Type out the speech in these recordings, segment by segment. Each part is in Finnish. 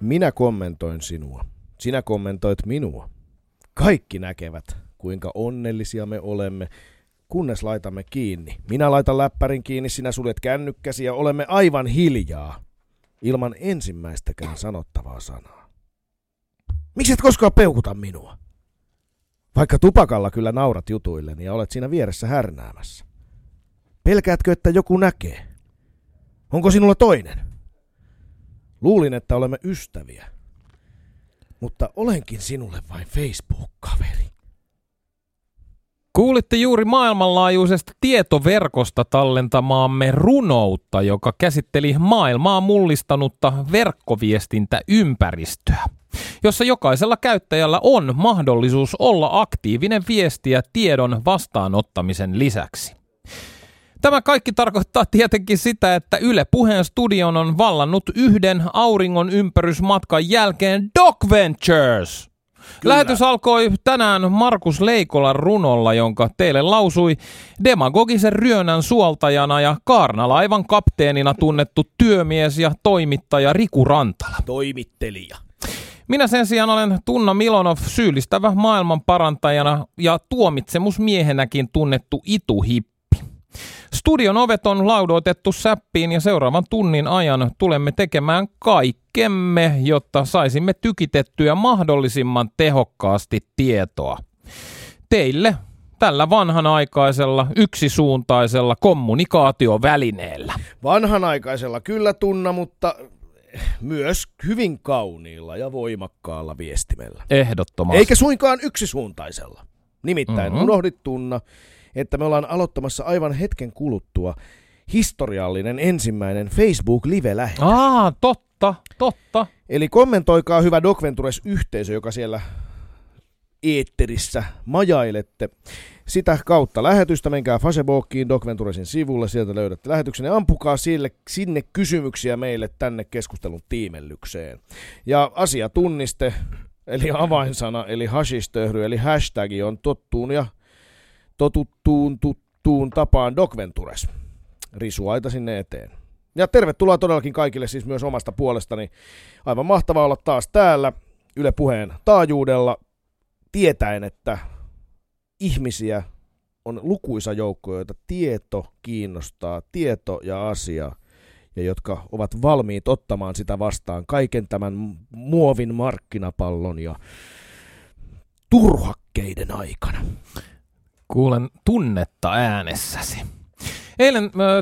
Minä kommentoin sinua. Sinä kommentoit minua. Kaikki näkevät, kuinka onnellisia me olemme, kunnes laitamme kiinni. Minä laitan läppärin kiinni, sinä suljet kännykkäsi ja olemme aivan hiljaa, ilman ensimmäistäkään sanottavaa sanaa. Miksi et koskaan peukuta minua? Vaikka tupakalla kyllä naurat jutuilleni ja olet siinä vieressä härnäämässä. Pelkäätkö, että joku näkee? Onko sinulla toinen? Luulin, että olemme ystäviä, mutta olenkin sinulle vain Facebook-kaveri. Kuulitte juuri maailmanlaajuisesta tietoverkosta tallentamaamme runoutta, joka käsitteli maailmaa mullistanutta verkkoviestintäympäristöä, jossa jokaisella käyttäjällä on mahdollisuus olla aktiivinen viestiä tiedon vastaanottamisen lisäksi. Tämä kaikki tarkoittaa tietenkin sitä, että Yle Puheen studion on vallannut yhden auringon ympärysmatkan jälkeen Doc Ventures. Kyllä. Lähetys alkoi tänään Markus Leikolan runolla, jonka teille lausui demagogisen ryönän suoltajana ja kaarnalaivan kapteenina tunnettu työmies ja toimittaja Riku Rantala. Toimittelija. Minä sen sijaan olen Tunna Milonov, syyllistävä maailmanparantajana ja tuomitsemusmiehenäkin tunnettu ituhippi. Studion ovet on laudoitettu säppiin ja seuraavan tunnin ajan tulemme tekemään kaikkemme, jotta saisimme tykitettyä mahdollisimman tehokkaasti tietoa. Teille tällä vanhanaikaisella, yksisuuntaisella kommunikaatiovälineellä. Vanhanaikaisella kyllä, Tunna, mutta myös hyvin kauniilla ja voimakkaalla viestimellä. Ehdottomasti. Eikä suinkaan yksisuuntaisella. Nimittäin unohdit, Tunna, että me ollaan aloittamassa aivan hetken kuluttua historiallinen ensimmäinen Facebook-live-lähetys. Totta. Eli kommentoikaa hyvä Doc Ventures-yhteisö, joka siellä eetterissä majailette. Sitä kautta lähetystä, menkää Facebookiin Doc Venturesin sivulle, sieltä löydätte lähetyksen ja ampukaa sinne kysymyksiä meille tänne keskustelun tiimellykseen. Ja asiatunniste, eli avainsana, eli hashistöhry, eli hashtag on tuttuun tapaan Doc Ventures. Risuaita sinne eteen. Ja tervetuloa todellakin kaikille siis myös omasta puolestani. Aivan mahtavaa olla taas täällä Yle Puheen taajuudella, tietäen, että ihmisiä on lukuisa joukko, joita tieto kiinnostaa, tieto ja asia, ja jotka ovat valmiit ottamaan sitä vastaan kaiken tämän muovin markkinapallon ja turhakkeiden aikana. Kuulen tunnetta äänessäsi. Eilen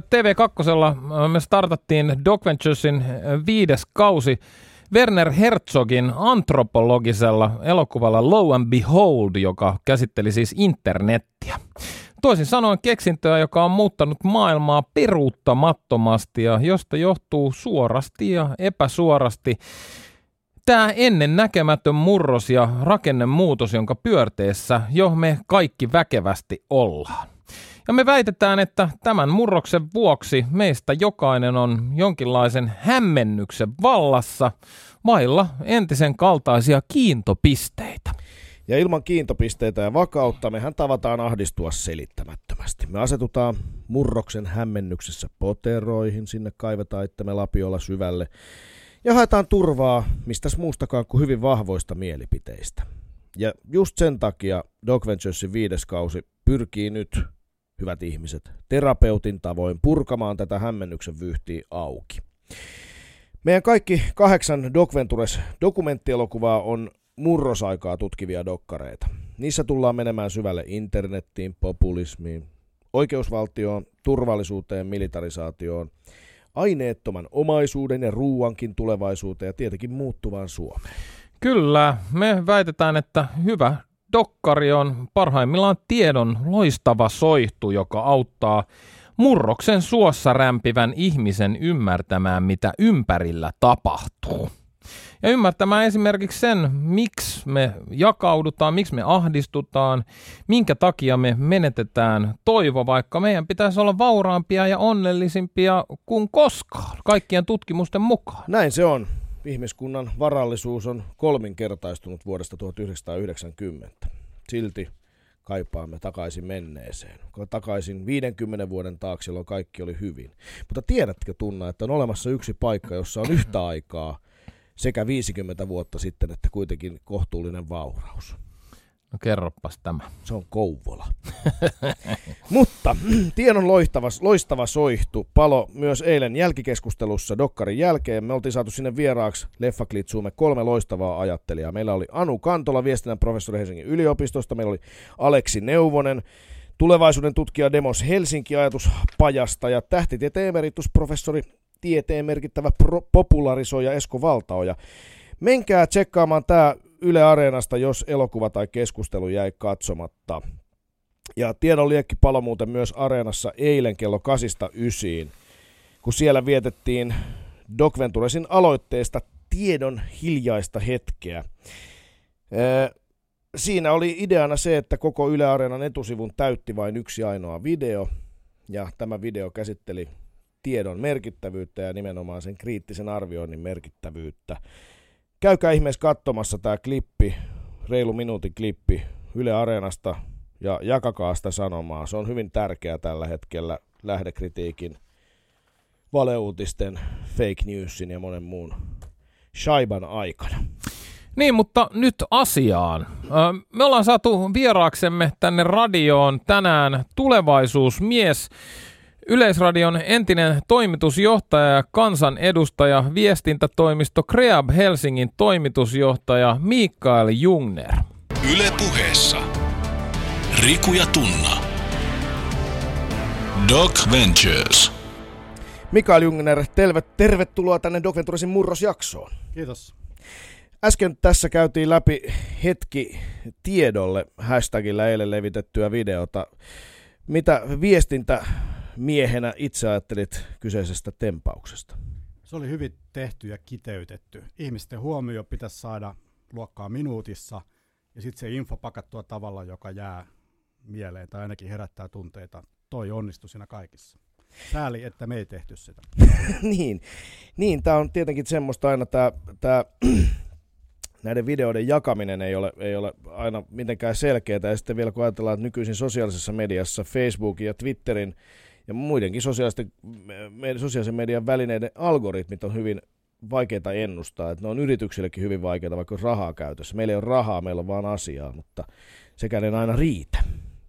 TV2 me startattiin Doc Venturesin 5. kausi Werner Herzogin antropologisella elokuvalla Lo and Behold, joka käsitteli siis internettiä. Toisin sanoen keksintöä, joka on muuttanut maailmaa peruuttamattomasti ja josta johtuu suorasti ja epäsuorasti tämä ennen näkemätön murros ja rakennemuutos, jonka pyörteessä jo me kaikki väkevästi ollaan. Ja me väitetään, että tämän murroksen vuoksi meistä jokainen on jonkinlaisen hämmennyksen vallassa vailla entisen kaltaisia kiintopisteitä. Ja ilman kiintopisteitä ja vakautta mehän tavataan ahdistua selittämättömästi. Me asetutaan murroksen hämmennyksessä poteroihin, sinne kaivetaan itsemme lapiolla syvälle ja haetaan turvaa mistäs muustakaan kuin hyvin vahvoista mielipiteistä. Ja just sen takia Doc Venturesin 5. kausi pyrkii nyt, hyvät ihmiset, terapeutin tavoin purkamaan tätä hämmennyksen vyyhtiä auki. Meidän kaikki 8 Doc Ventures dokumenttielokuvaa on murrosaikaa tutkivia dokkareita. Niissä tullaan menemään syvälle internettiin, populismiin, oikeusvaltioon, turvallisuuteen, militarisaatioon, aineettoman omaisuuden ja ruuankin tulevaisuuteen ja tietenkin muuttuvaan Suomeen. Kyllä, me väitetään, että hyvä dokkari on parhaimmillaan tiedon loistava soihtu, joka auttaa murroksen suossa rämpivän ihmisen ymmärtämään, mitä ympärillä tapahtuu. Ja ymmärtämään esimerkiksi sen, miksi me jakaudutaan, miksi me ahdistutaan, minkä takia me menetetään toivo, vaikka meidän pitäisi olla vauraampia ja onnellisimpia kuin koskaan, kaikkien tutkimusten mukaan. Näin se on. Ihmiskunnan varallisuus on kolminkertaistunut vuodesta 1990. Silti kaipaamme takaisin menneeseen. Takaisin 50 vuoden taakse, jolloin kaikki oli hyvin. Mutta tiedätkö, Tunna, että on olemassa yksi paikka, jossa on yhtä aikaa sekä 50 vuotta sitten, että kuitenkin kohtuullinen vauraus. No kerroppas tämä. Se on Kouvola. Mutta tiedon loistava soihtu palo myös eilen jälkikeskustelussa Dokkarin jälkeen. Me oltiin saatu sinne vieraaksi Leffaklitsuumme 3 loistavaa ajattelijaa. Meillä oli Anu Kantola, viestinnän professori Helsingin yliopistosta. Meillä oli Aleksi Neuvonen, tulevaisuuden tutkija Demos Helsinki-ajatuspajasta ja tähtitieteen emeritusprofessori, tieteen merkittävä popularisoija Esko Valtaoja. Menkää tsekkaamaan tämä Yle Areenasta, jos elokuva tai keskustelu jäi katsomatta. Ja tiedon liekkipalo muuten myös Areenassa eilen kello 8-9, kun siellä vietettiin Doc Venturesin aloitteesta tiedon hiljaista hetkeä. Siinä oli ideana se, että koko Yle Areenan etusivun täytti vain yksi ainoa video, ja tämä video käsitteli tiedon merkittävyyttä ja nimenomaan sen kriittisen arvioinnin merkittävyyttä. Käykää ihmeessä katsomassa tämä klippi, reilu minuutin klippi Yle Areenasta ja jakakaa sitä sanomaa. Se on hyvin tärkeää tällä hetkellä lähdekritiikin, valeuutisten, fake newsin ja monen muun shaiban aikana. Niin, mutta nyt asiaan. Me ollaan saatu vieraaksemme tänne radioon tänään tulevaisuusmies, Yleisradion entinen toimitusjohtaja ja kansanedustaja, viestintätoimisto Kreab Helsingin toimitusjohtaja Mikael Jungner. Yle Puheessa Riku ja Tunna. Doc Ventures. Mikael Jungner, tervetuloa tänne Doc Venturesin murrosjaksoon. Kiitos. Äsken tässä käytiin läpi hetki tiedolle hashtagillä eilen levitettyä videota. Mitä viestintämiehenä itse ajattelit kyseisestä tempauksesta? Se oli hyvin tehty ja kiteytetty. Ihmisten huomio pitäisi saada luokkaa minuutissa ja sitten se info pakattua tavalla, joka jää mieleen tai ainakin herättää tunteita. Toi onnistui siinä kaikissa. Sääli, että me ei tehty sitä. niin, tämä on tietenkin semmoista aina tämä näiden videoiden jakaminen ei ole aina mitenkään selkeää. Ja sitten vielä kun ajatellaan, että nykyisin sosiaalisessa mediassa, Facebookin ja Twitterin ja muidenkin sosiaalisen median välineiden algoritmit on hyvin vaikeita ennustaa. Että ne on yrityksillekin hyvin vaikeita, vaikka on rahaa käytössä. Meillä ei ole rahaa, meillä on vaan asiaa, mutta sekään ei aina riitä.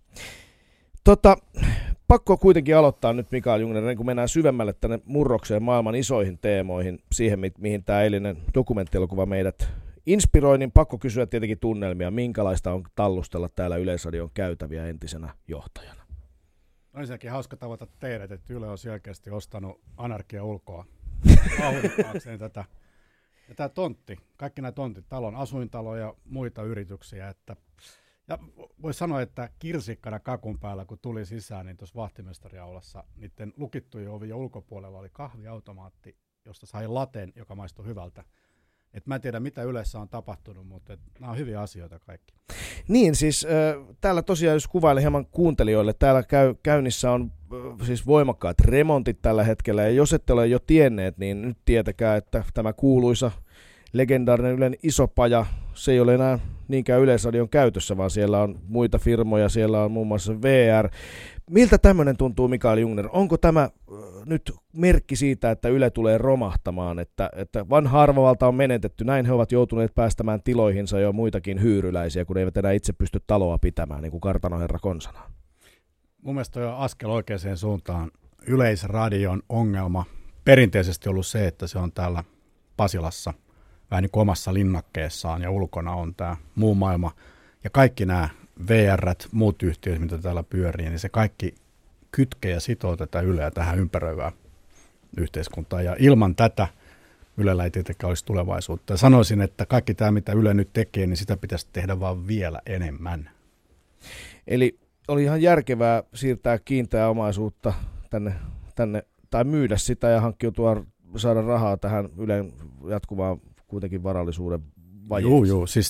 Pakko kuitenkin aloittaa nyt Mikael Jungner, ennen kuin mennään syvemmälle tänne murrokseen maailman isoihin teemoihin, siihen mihin tämä eilinen dokumenttielokuva meidät inspiroi, niin pakko kysyä tietenkin tunnelmia, minkälaista on tallustella täällä Yleisradion käytäviä entisenä johtajana. No ensinnäkin hauska tavata teidät, että Yle on selkeästi ostanut Anarkia ulkoa vauhdittaakseen tätä. Ja tämä tontti, kaikki nämä tontit, talon asuintalo ja muita yrityksiä, ja voisi sanoa, että kirsikkana kakun päällä, kun tuli sisään, niin tuossa vahtimestariaulassa niiden lukittujen ovien ulkopuolella oli kahviautomaatti, josta sai laten, joka maistui hyvältä. Mä en tiedä, mitä Ylessä on tapahtunut, mutta nämä on hyviä asioita kaikki. Niin, siis täällä tosiaan, jos kuvailen hieman kuuntelijoille, täällä käynnissä on siis voimakkaat remontit tällä hetkellä, ja jos ette ole jo tienneet, niin nyt tietäkää, että tämä kuuluisa legendaarinen Ylen iso paja, se ei ole enää niinkään Yleisradion käytössä, vaan siellä on muita firmoja, siellä on muun muassa VR. Miltä tämmöinen tuntuu, Mikael Jungner? Onko tämä nyt merkki siitä, että Yle tulee romahtamaan, että vanha arvovalta on menetetty, näin he ovat joutuneet päästämään tiloihinsa jo muitakin hyyryläisiä, kun eivät enää itse pysty taloa pitämään, niin kuin kartanoherra konsanaan? Mun mielestä on askel oikeaan suuntaan. Yleisradion ongelma perinteisesti ollut se, että se on täällä Pasilassa vähän niin kuin omassa linnakkeessaan ja ulkona on tämä muu maailma. Ja kaikki nämä VR:t, muut yhtiöt, mitä täällä pyörii, niin se kaikki kytkee ja sitoo tätä Yleä tähän ympäröivään yhteiskuntaan. Ja ilman tätä Ylellä ei tietenkään olisi tulevaisuutta. Ja sanoisin, että kaikki tämä, mitä Yle nyt tekee, niin sitä pitäisi tehdä vaan vielä enemmän. Eli oli ihan järkevää siirtää kiinteää omaisuutta tänne tai myydä sitä ja hankkiutua, saada rahaa tähän Ylen jatkuvaan kuitenkin varallisuuden vajeeseen. Joo, siis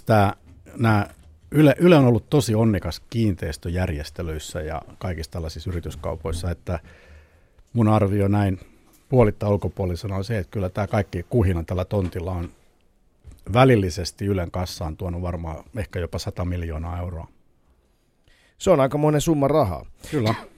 Yle on ollut tosi onnekas kiinteistöjärjestelyissä ja kaikissa tällaisissa yrityskaupoissa, että mun arvio näin puolittain ulkopuolisena on se, että kyllä tämä kaikki kuhina tällä tontilla on välillisesti Ylen kassaan tuonut varmaan ehkä jopa 100 miljoonaa euroa. Se on aikamoinen summa rahaa. Kyllä.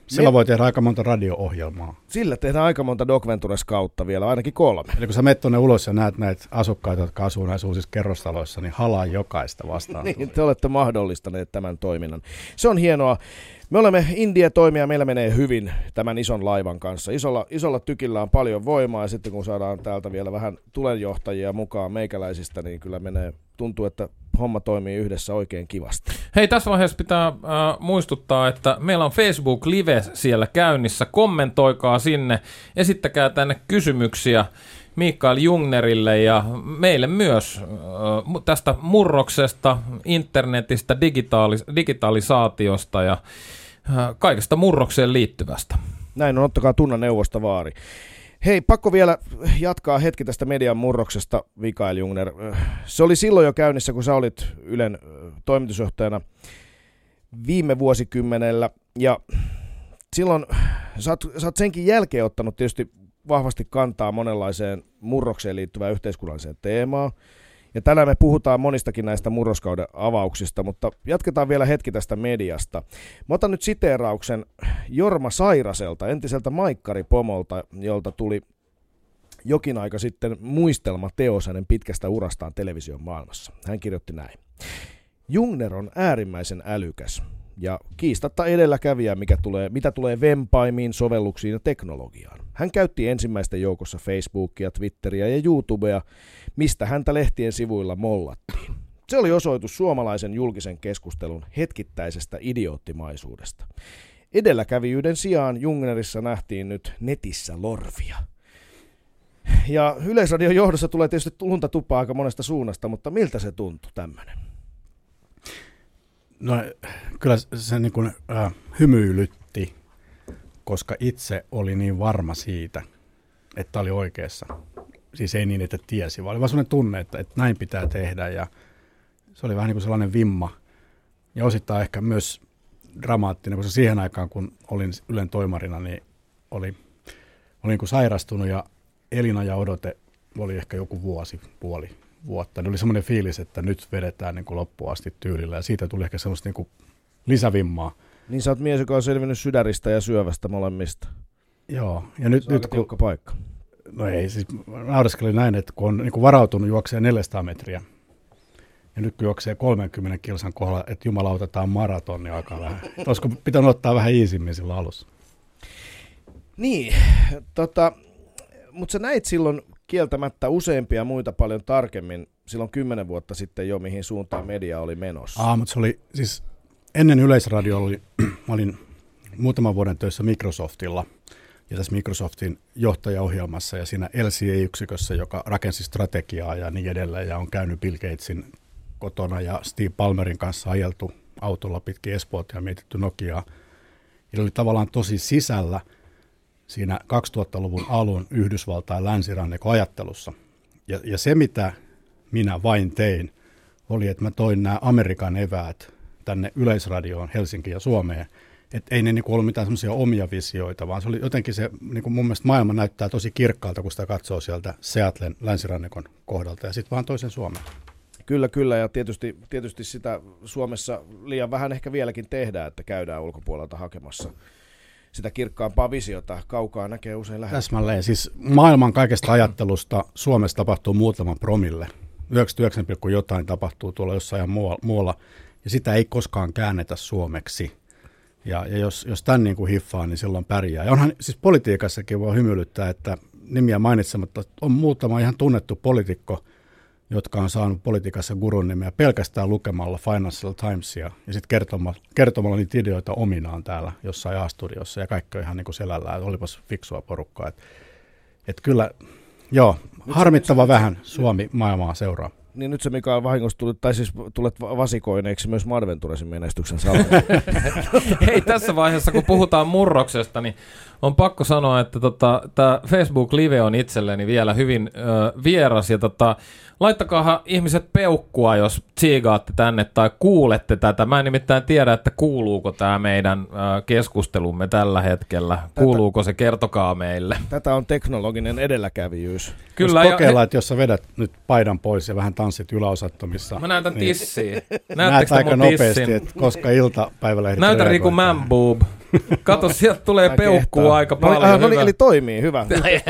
Sillä voi tehdä aika monta radio-ohjelmaa. Sillä tehdään aika monta Doc Ventures kautta vielä, ainakin 3. Eli kun sä menet tuonne ulos ja näet näitä asukkaita, jotka asuu näissä uusissa kerrostaloissa, niin halaa jokaista vastaan. Niin, te olette mahdollistaneet tämän toiminnan. Se on hienoa. Me olemme India-toimia, meillä menee hyvin tämän ison laivan kanssa. Isolla tykillä on paljon voimaa, ja sitten kun saadaan täältä vielä vähän tulenjohtajia mukaan meikäläisistä, niin kyllä tuntuu, että homma toimii yhdessä oikein kivasti. Hei, tässä vaiheessa pitää muistuttaa, että meillä on Facebook Live siellä käynnissä. Kommentoikaa sinne, esittäkää tänne kysymyksiä Mikael Jungnerille ja meille myös tästä murroksesta, internetistä, digitalisaatiosta ja kaikesta murrokseen liittyvästä. Näin on, ottakaa Tunnan neuvosta vaari. Hei, pakko vielä jatkaa hetki tästä median murroksesta, Mikael Jungner. Se oli silloin jo käynnissä, kun sä olit Ylen toimitusjohtajana viime vuosikymmenellä, ja silloin sä oot senkin jälkeen ottanut tietysti vahvasti kantaa monenlaiseen murrokseen liittyvään yhteiskunnalliseen teemaan. Ja tänään me puhutaan monistakin näistä murroskauden avauksista, mutta jatketaan vielä hetki tästä mediasta. Mä otan nyt siteerauksen Jorma Sairaselta, entiseltä Maikkari-pomolta, jolta tuli jokin aika sitten muistelmateos hänen pitkästä urastaan television maailmassa. Hän kirjoitti näin. Jungner on äärimmäisen älykäs ja kiistatta edelläkävijä, mitä tulee vempaimiin, sovelluksiin ja teknologiaan. Hän käytti ensimmäisten joukossa Facebookia, Twitteriä ja YouTubea, mistä häntä lehtien sivuilla mollattiin. Se oli osoitus suomalaisen julkisen keskustelun hetkittäisestä idioottimaisuudesta. Edelläkävijyyden sijaan Jungnerissa nähtiin nyt netissä lorvia. Ja Yleisradion johdossa tulee tietysti lunta tupaa aika monesta suunnasta, mutta miltä se tuntui tämmöinen? No kyllä se niin kuin, hymyilytti, koska itse oli niin varma siitä, että oli oikeassa. Siis ei niin, että tiesi, vaan oli vaan sellainen tunne, että näin pitää tehdä, ja se oli vähän niin kuin sellainen vimma. Ja osittain ehkä myös dramaattinen, koska siihen aikaan, kun olin Ylen toimarina, niin olin niin kuin sairastunut ja elinajan odote oli ehkä joku puoli vuotta. Niin oli semmoinen fiilis, että nyt vedetään niin kuin loppuun asti tyylillä, ja siitä tuli ehkä semmoista niin kuin lisävimmaa. Niin sä oot mies, joka on selvinnyt sydäristä ja syövästä molemmista. Joo. Ja nyt kun paikka. No ei, siis nauraskelin näin, että kun on niin kuin varautunut juokseen 400 metriä, ja nyt kun juoksee 30 kilsan kohdalla, että jumalauta, tämä on maraton, niin aika vähän. Olisiko pitänyt ottaa vähän iisimmin silloin alussa? Niin, mutta sä näit silloin kieltämättä useampia muita paljon tarkemmin, silloin 10 vuotta sitten jo, mihin suuntaan media oli menossa. Mutta se oli siis, ennen Yleisradio mä olin muutaman vuoden töissä Microsoftilla, ja tässä Microsoftin johtajaohjelmassa ja siinä LCA-yksikössä, joka rakensi strategiaa ja niin edelleen, ja on käynyt Bill Gatesin kotona ja Steve Ballmerin kanssa ajeltu autolla pitkin Espoota ja mietitty Nokiaa. Ja oli tavallaan tosi sisällä siinä 2000-luvun alun Yhdysvaltain länsirannikon ajattelussa. Ja se, mitä minä vain tein, oli, että mä toin nämä Amerikan eväät tänne Yleisradioon, Helsinkiin ja Suomeen. Että ei ne niinku ollut mitään semmoisia omia visioita, vaan se oli jotenkin se, niinku mun mielestä maailma näyttää tosi kirkkaalta, kun sitä katsoo sieltä Seattlen länsirannikon kohdalta ja sitten vaan toisen Suomen. Kyllä, ja tietysti sitä Suomessa liian vähän ehkä vieläkin tehdään, että käydään ulkopuolelta hakemassa sitä kirkkaampaa visiota. Kaukaa näkee usein lähellä. Täsmälleen. Siis maailman kaikesta ajattelusta Suomessa tapahtuu muutaman promille. 99, jotain tapahtuu tuolla jossain muualla, ja sitä ei koskaan käännetä suomeksi. Ja jos tämän niin kuin hiffaa, niin silloin pärjää. Ja onhan siis politiikassakin voi hymyilyttää, että nimiä mainitsematta on muutama ihan tunnettu poliitikko, jotka on saanut politiikassa gurun nimeä pelkästään lukemalla Financial Timesia ja sitten kertomalla niitä ideoita ominaan täällä jossain A-studiossa, ja kaikki on ihan niin kuin selällään, olipas fiksua porukkaa. Et kyllä, joo, harmittava vähän Suomi maailmaa seuraa. Niin nyt se Mikael vahingossa tulet vasikoineeksi myös Madventuresin menestyksen salaa. Hei, tässä vaiheessa kun puhutaan murroksesta, niin on pakko sanoa, että tämä Facebook Live on itselleni vielä hyvin vieras. Ja laittakaa ihmiset peukkua, jos tsiigaatte tänne tai kuulette tätä. Mä en nimittäin tiedä, että kuuluuko tämä meidän keskustelumme tällä hetkellä. Kuuluuko se, kertokaa meille. Tätä on teknologinen edelläkävijyys. Kyllä. Kokeillaan, että jos sä vedät nyt paidan pois ja vähän tanssit yläosattomissa. Mä näytän tissiä. Näet aika nopeasti, että koska iltapäivälehdet näytän Riku Man Boob. Kato, sieltä tulee peukkua aika paljon. No niin, eli toimii, hyvä.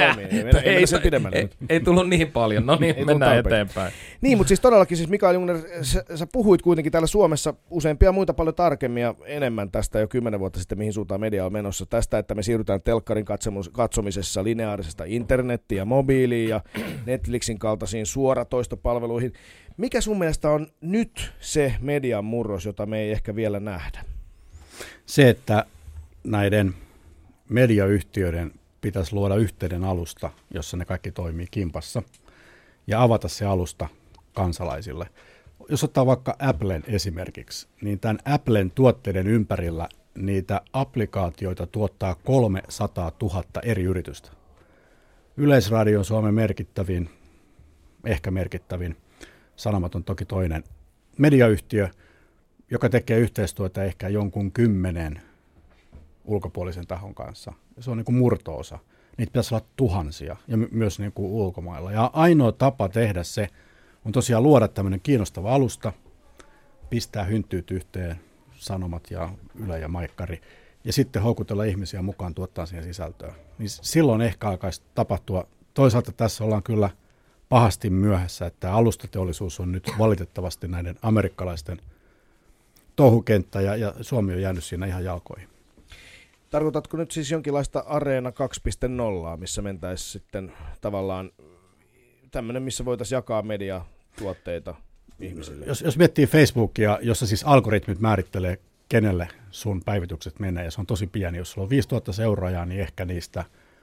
Ei tullut niin paljon, no niin, mennään eteenpäin. Niin, mutta siis todellakin, siis Mikael Jungner, sä puhuit kuitenkin täällä Suomessa useampia muita paljon tarkemmin ja enemmän tästä jo 10 vuotta sitten, mihin suuntaan media on menossa. Tästä, että me siirrytään telkkarin katsomisessa lineaarisesta internettiin ja mobiiliin ja Netflixin kaltaisiin suoratoistopalveluihin. Mikä sun mielestä on nyt se median murros, jota me ei ehkä vielä nähdä? Se, että näiden mediayhtiöiden pitäisi luoda yhteinen alusta, jossa ne kaikki toimii kimpassa, ja avata se alusta kansalaisille. Jos ottaa vaikka Applen esimerkiksi, niin tämän Applen tuotteiden ympärillä niitä applikaatioita tuottaa 300 000 eri yritystä. Yleisradio on Suomen merkittävin, ehkä merkittävin, Sanomat on toki toinen mediayhtiö, joka tekee yhteistyötä ehkä jonkun 10 ulkopuolisen tahon kanssa. Se on niin kuin murto-osa. Niitä pitäisi olla tuhansia ja myös niin kuin ulkomailla. Ja ainoa tapa tehdä se on tosiaan luoda tämmöinen kiinnostava alusta, pistää hynttyyt yhteen, Sanomat ja Yle ja Maikkari, ja sitten houkutella ihmisiä mukaan tuottaa siihen sisältöä. Niin silloin ehkä alkaisi tapahtua. Toisaalta tässä ollaan kyllä pahasti myöhässä, että alustateollisuus on nyt valitettavasti näiden amerikkalaisten touhukenttä ja Suomi on jäänyt siinä ihan jalkoihin. Tarkoitatko nyt siis jonkinlaista Areena 2.0, missä mentäisiin sitten tavallaan tämmöinen, missä voitaisiin jakaa mediatuotteita ihmisille? Jos miettii Facebookia, jossa siis algoritmit määrittelee, kenelle sun päivitykset menee, ja se on tosi pieni. Jos sulla on 5000 seuraajaa, niin ehkä niistä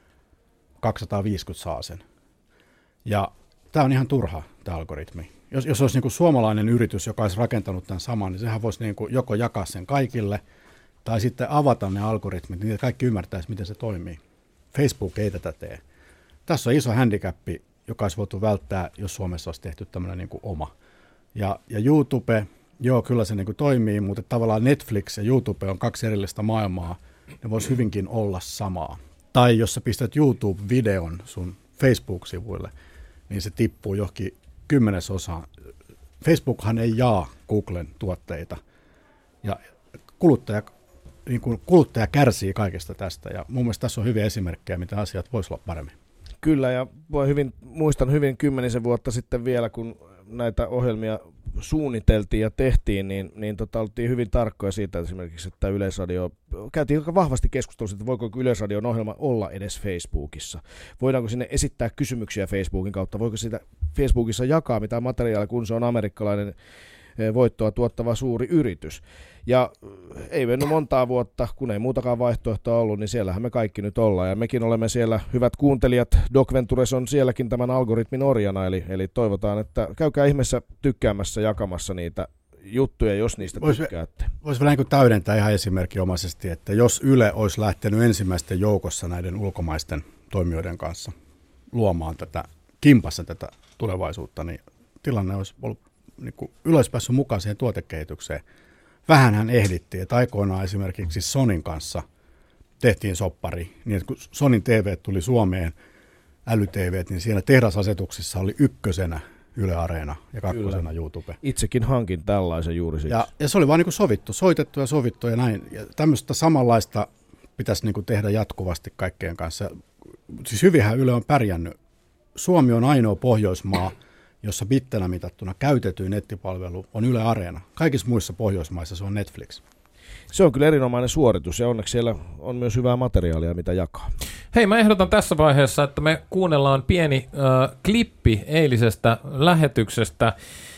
250 saa sen. Ja tämä on ihan turha, tämä algoritmi. Jos olisi niin kuin suomalainen yritys, joka olisi rakentanut tämän saman, niin sehän voisi niin kuin joko jakaa sen kaikille, tai sitten avata ne algoritmit, niin kaikki ymmärtäisi, miten se toimii. Facebook ei tätä tee. Tässä on iso handicappi, joka olisi voitu välttää, jos Suomessa olisi tehty tämmöinen niin kuin oma. Ja YouTube, joo, kyllä se niin kuin toimii, mutta tavallaan Netflix ja YouTube on 2 erillistä maailmaa. Ne voisi hyvinkin olla samaa. Tai jos sä pistät YouTube-videon sun Facebook-sivuille, niin se tippuu johonkin 10%. Facebookhan ei jaa Googlen tuotteita. Ja kuluttaja kärsii kaikesta tästä. Ja mun mielestä tässä on hyviä esimerkkejä, mitä asiat voisi olla paremmin. Kyllä, ja muistan hyvin 10 vuotta sitten vielä, kun näitä ohjelmia suunniteltiin ja tehtiin, niin oltiin hyvin tarkkoja siitä esimerkiksi, että Yleisradio, käytiin aika vahvasti keskustelua, että voiko Yleisradion ohjelma olla edes Facebookissa. Voidaanko sinne esittää kysymyksiä Facebookin kautta, voiko sitä Facebookissa jakaa mitään materiaalia, kun se on amerikkalainen voittoa tuottava suuri yritys. Ja ei mennyt montaa vuotta, kun ei muutakaan vaihtoehtoa ollut, niin siellähän me kaikki nyt ollaan. Ja mekin olemme siellä, hyvät kuuntelijat, Doc Ventures on sielläkin tämän algoritmin orjana, eli toivotaan, että käykää ihmeessä tykkäämässä, jakamassa niitä juttuja, jos niistä tykkäätte. Voisi vielä niin täydentää ihan esimerkinomaisesti, että jos Yle olisi lähtenyt ensimmäisten joukossa näiden ulkomaisten toimijoiden kanssa luomaan kimpassa tätä tulevaisuutta, niin tilanne olisi ollut niin kuin Yle olisi päässyt mukaan siihen tuotekehitykseen. Vähänhän ehdittiin, että aikoinaan esimerkiksi Sonin kanssa tehtiin soppari, niin että kun Sonin TV tuli Suomeen, äly-TV, niin siellä tehdasasetuksissa oli 1. Yle Areena ja 2. YouTube. Itsekin hankin tällaisen juuri siksi. Ja se oli vaan niin kuin sovittu, soitettu ja sovittu ja näin. Ja tämmöistä samanlaista pitäisi niin kuin tehdä jatkuvasti kaikkien kanssa. Siis hyvinhän Yle on pärjännyt. Suomi on ainoa Pohjoismaa, jossa bittänä mitattuna käytetyin nettipalvelu on Yle Areena. Kaikissa muissa Pohjoismaissa se on Netflix. Se on kyllä erinomainen suoritus ja onneksi siellä on myös hyvää materiaalia, mitä jakaa. Hei, mä ehdotan tässä vaiheessa, että me kuunnellaan pieni klippi eilisestä lähetyksestä.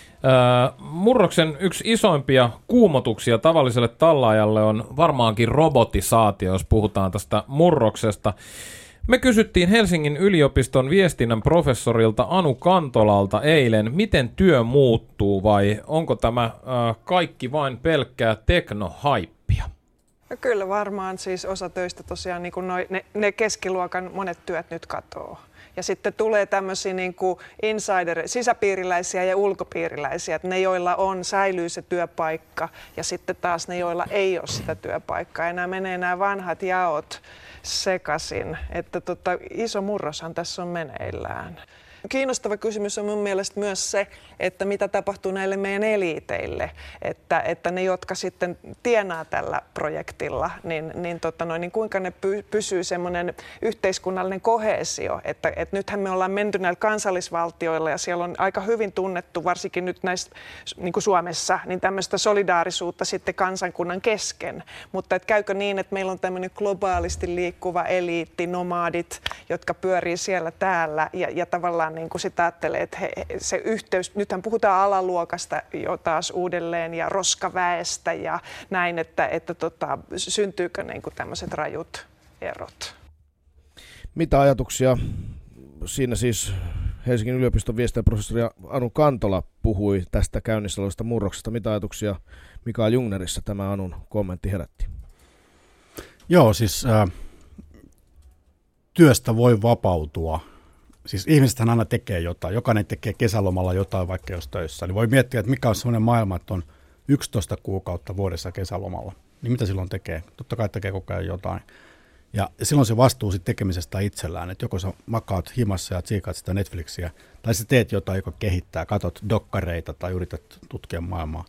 Murroksen yksi isoimpia kuumotuksia tavalliselle tallaajalle on varmaankin robotisaatio, jos puhutaan tästä murroksesta. Me kysyttiin Helsingin yliopiston viestinnän professorilta Anu Kantolalta eilen, miten työ muuttuu vai onko tämä kaikki vain pelkkää teknohaippia? No kyllä varmaan siis osa töistä tosiaan, niin kuin ne keskiluokan monet työt nyt katoaa. Ja sitten tulee tämmöisiä niin kuin sisäpiiriläisiä ja ulkopiiriläisiä, että ne joilla on, säilyy se työpaikka ja sitten taas ne joilla ei ole sitä työpaikkaa. Ja nämä vanhat jaot sekaisin, että iso murroshan tässä on meneillään. kiinnostava kysymys on mun mielestä myös se, että mitä tapahtuu näille meidän eliiteille, että ne, jotka sitten tienaa tällä projektilla, niin kuinka ne pysyy semmoinen yhteiskunnallinen koheesio, että nythän me ollaan menty näillä kansallisvaltioilla ja siellä on aika hyvin tunnettu, varsinkin nyt näissä niin kuin Suomessa, niin tämmöistä solidaarisuutta sitten kansankunnan kesken, mutta että käykö niin, että meillä on tämmöinen globaalisti liikkuva eliitti, nomadit, jotka pyörii siellä täällä ja tavallaan niin kuin sitä ajattelee, että se yhteys, nythän puhutaan alaluokasta jo taas uudelleen ja roskaväestä ja näin, että syntyykö niin kuin tämmöiset rajut erot? Mitä ajatuksia siinä siis Helsingin yliopiston viestintäprofessori Anu Kantola puhui tästä käynnissä olevasta murroksesta? Mitä ajatuksia Mikael Jungnerissa tämä Anun kommentti herätti? Joo, siis työstä voi vapautua. Siis ihmisethän aina tekee jotain. Jokainen tekee kesälomalla jotain, vaikka jos töissä. Niin voi miettiä, että mikä on sellainen maailma, että on 11 kuukautta vuodessa kesälomalla. Niin mitä silloin tekee? Totta kai tekee koko ajan jotain. Ja silloin se vastuu sit tekemisestä itsellään. Että joko sä makaat himassa ja tsiikaat sitä Netflixiä, tai sä teet jotain, joka kehittää, katot dokkareita tai yrität tutkia maailmaa.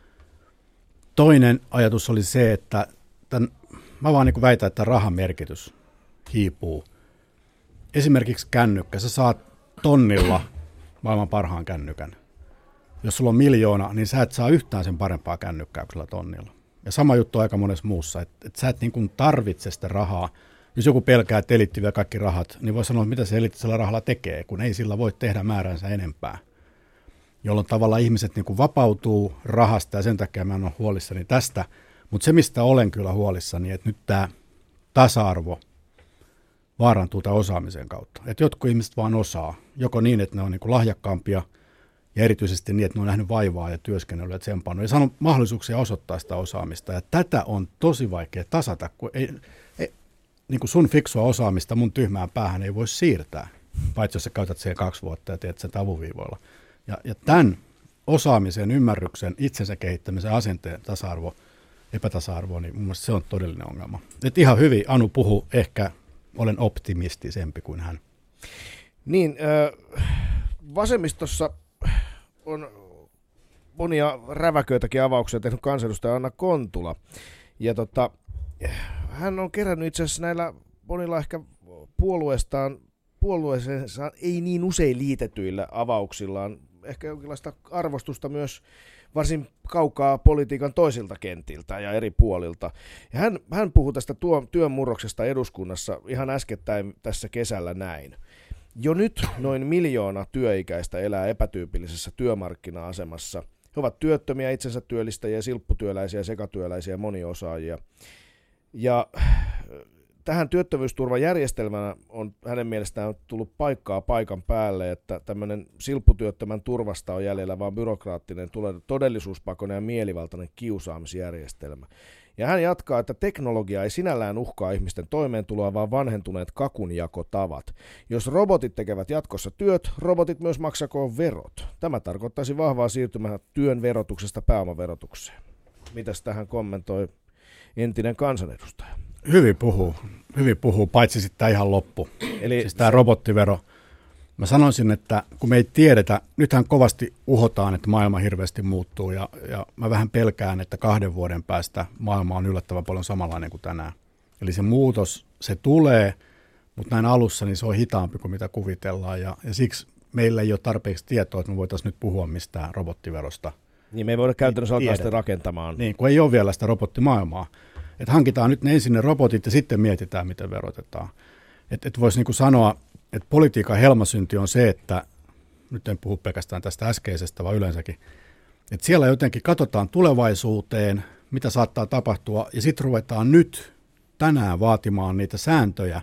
Toinen ajatus oli se, että mä vaan niin kuin väitän, että rahan merkitys hiipuu. Esimerkiksi kännykkä. Sä saat tonnilla maailman parhaan kännykän. Jos sulla on 1 miljoona, niin sä et saa yhtään sen parempaa kännykkää kuin sillä tonnilla. Ja sama juttu aika monessa muussa, että sä et niin kuin tarvitse sitä rahaa. Jos joku pelkää, että eliitti vie kaikki rahat, niin voi sanoa, että mitä se eliitti sillä rahalla tekee, kun ei sillä voi tehdä määränsä enempää. Jolloin tavallaan ihmiset niin kuin vapautuu rahasta ja sen takia mä en ole huolissani tästä. Mutta se, mistä olen kyllä huolissani, että nyt tämä tasa-arvo vaarantuu tämän osaamisen kautta. Että jotkut ihmiset vaan osaa, joko niin, että ne on niin kuin lahjakkaampia ja erityisesti niin, että ne on nähnyt vaivaa ja työskennellyt ja tsempannut ja saanut mahdollisuuksia osoittaa sitä osaamista. Ja tätä on tosi vaikea tasata, kun ei niin kuin sun fiksua osaamista mun tyhmään päähän ei voi siirtää, paitsi jos sä käytät siihen 2 vuotta ja teet sen avuviivoilla. Ja tämän osaamisen, ymmärryksen, itsensä kehittämisen, asenteen tasa-arvo, epätasa-arvo, niin mun mielestä se on todellinen ongelma. Et ihan hyvin Anu puhuu, ehkä olen optimistisempi kuin hän. Niin, vasemmistossa on monia räväköitäkin avauksia tehnyt kansanedustaja Anna Kontula. Ja hän on kerännyt itse asiassa näillä monilla ehkä puolueeseensa ei niin usein liitetyillä avauksillaan ehkä jonkinlaista arvostusta myös varsin kaukaa politiikan toisilta kentiltä ja eri puolilta. Ja hän puhui tästä työn murroksesta eduskunnassa ihan äskettäin tässä kesällä näin. Jo nyt noin 1 miljoona työikäistä elää epätyypillisessä työmarkkina-asemassa. He ovat työttömiä, itsensä työllistäjiä, silpputyöläisiä, sekatyöläisiä ja moniosaajia. Ja tähän työttömyysturvajärjestelmään on hänen mielestään tullut paikkaa paikan päälle, että tämmöinen silpputyöttömän turvasta on jäljellä vain byrokraattinen, todellisuuspakoinen ja mielivaltainen kiusaamisjärjestelmä. Ja hän jatkaa, että teknologia ei sinällään uhkaa ihmisten toimeentuloa, vaan vanhentuneet kakunjakotavat. Jos robotit tekevät jatkossa työt, robotit myös maksakoon verot. Tämä tarkoittaisi vahvaa siirtymää työn verotuksesta pääomaverotukseen. Mitäs tähän kommentoi entinen kansanedustaja? Hyvin puhuu, paitsi sitten tämä ihan loppu. Eli siis tämä robottivero. Mä sanoisin, että kun me ei tiedetä, nythän kovasti uhotaan, että maailma hirveästi muuttuu ja mä vähän pelkään, että 2 vuoden päästä maailma on yllättävän paljon samanlainen kuin tänään. Eli se muutos, se tulee, mutta näin alussa niin se on hitaampi kuin mitä kuvitellaan ja siksi meillä ei ole tarpeeksi tietoa, että me voitaisiin nyt puhua mistään robottiverosta. Niin me ei voida käytännössä alkaa sitä rakentamaan. Niin, kun ei ole vielä sitä robottimaailmaa. Että hankitaan nyt ensin ne robotit ja sitten mietitään, miten verotetaan. Että voisi niin kuin sanoa, että politiikan helmasynti on se, että, nyt en puhu pelkästään tästä äskeisestä, vaan yleensäkin, että siellä jotenkin katsotaan tulevaisuuteen, mitä saattaa tapahtua, ja sitten ruvetaan nyt tänään vaatimaan niitä sääntöjä,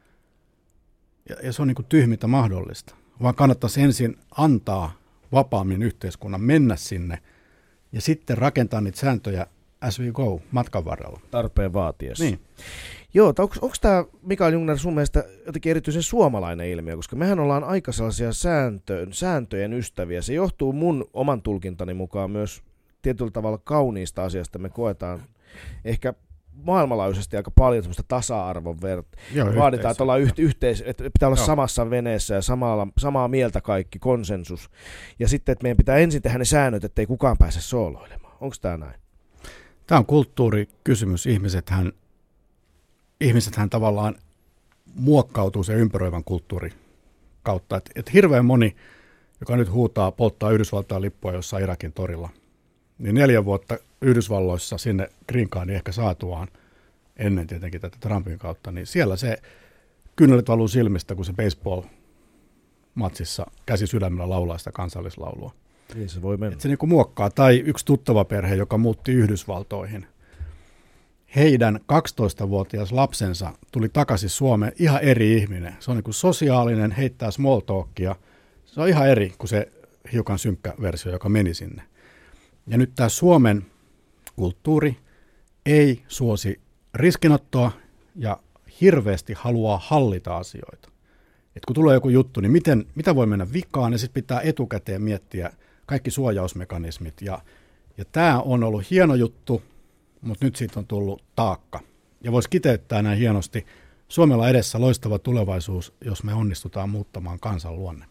ja se on niin kuin tyhmintä mahdollista. Vaan kannattaisi ensin antaa vapaammin yhteiskunnan mennä sinne, ja sitten rakentaa niitä sääntöjä as we go, matkan varrella. Tarpeen vaatiessa. Niin. Joo, onko tämä Mikael Jungner sun mielestä jotenkin erityisen suomalainen ilmiö, koska mehän ollaan aika sellaisia sääntöjen ystäviä. Se johtuu mun oman tulkintani mukaan myös tietyllä tavalla kauniista asiasta. Me koetaan ehkä maailmanlaajuisesti aika paljon semmoista tasa-arvon vaaditaan, että ollaan että pitää olla samassa veneessä ja samaa mieltä kaikki, konsensus. Ja sitten, että meidän pitää ensin tehdä ne säännöt, ettei kukaan pääse sooloilemaan. Onko tämä näin? Tämä on kulttuurikysymys. Ihmisethän tavallaan muokkautuu sen ympäröivän kulttuurin kautta. Et hirveän moni, joka nyt polttaa Yhdysvaltain lippua jossain Irakin torilla, niin 4 vuotta Yhdysvalloissa sinne green cardin ehkä saatuaan, ennen tietenkin tätä Trumpin kautta, niin siellä se kynnelet valuu silmistä, kun se baseball-matsissa käsi sydämellä laulaa sitä kansallislaulua. Niin se voi mennä. Et se niin kuin muokkaa. Tai yksi tuttava perhe, joka muutti Yhdysvaltoihin. Heidän 12-vuotias lapsensa tuli takaisin Suomeen ihan eri ihminen. Se on niin kuin sosiaalinen, heittää small talkia. Se on ihan eri kuin se hiukan synkkä versio, joka meni sinne. Ja nyt tämä Suomen kulttuuri ei suosi riskinottoa ja hirveästi haluaa hallita asioita. Et kun tulee joku juttu, niin mitä voi mennä vikaan, ja sitten pitää etukäteen miettiä kaikki suojausmekanismit. Ja tämä on ollut hieno juttu, mutta nyt siitä on tullut taakka. Ja voisi kiteyttää näin hienosti. Suomella edessä loistava tulevaisuus, jos me onnistutaan muuttamaan kansan luonne.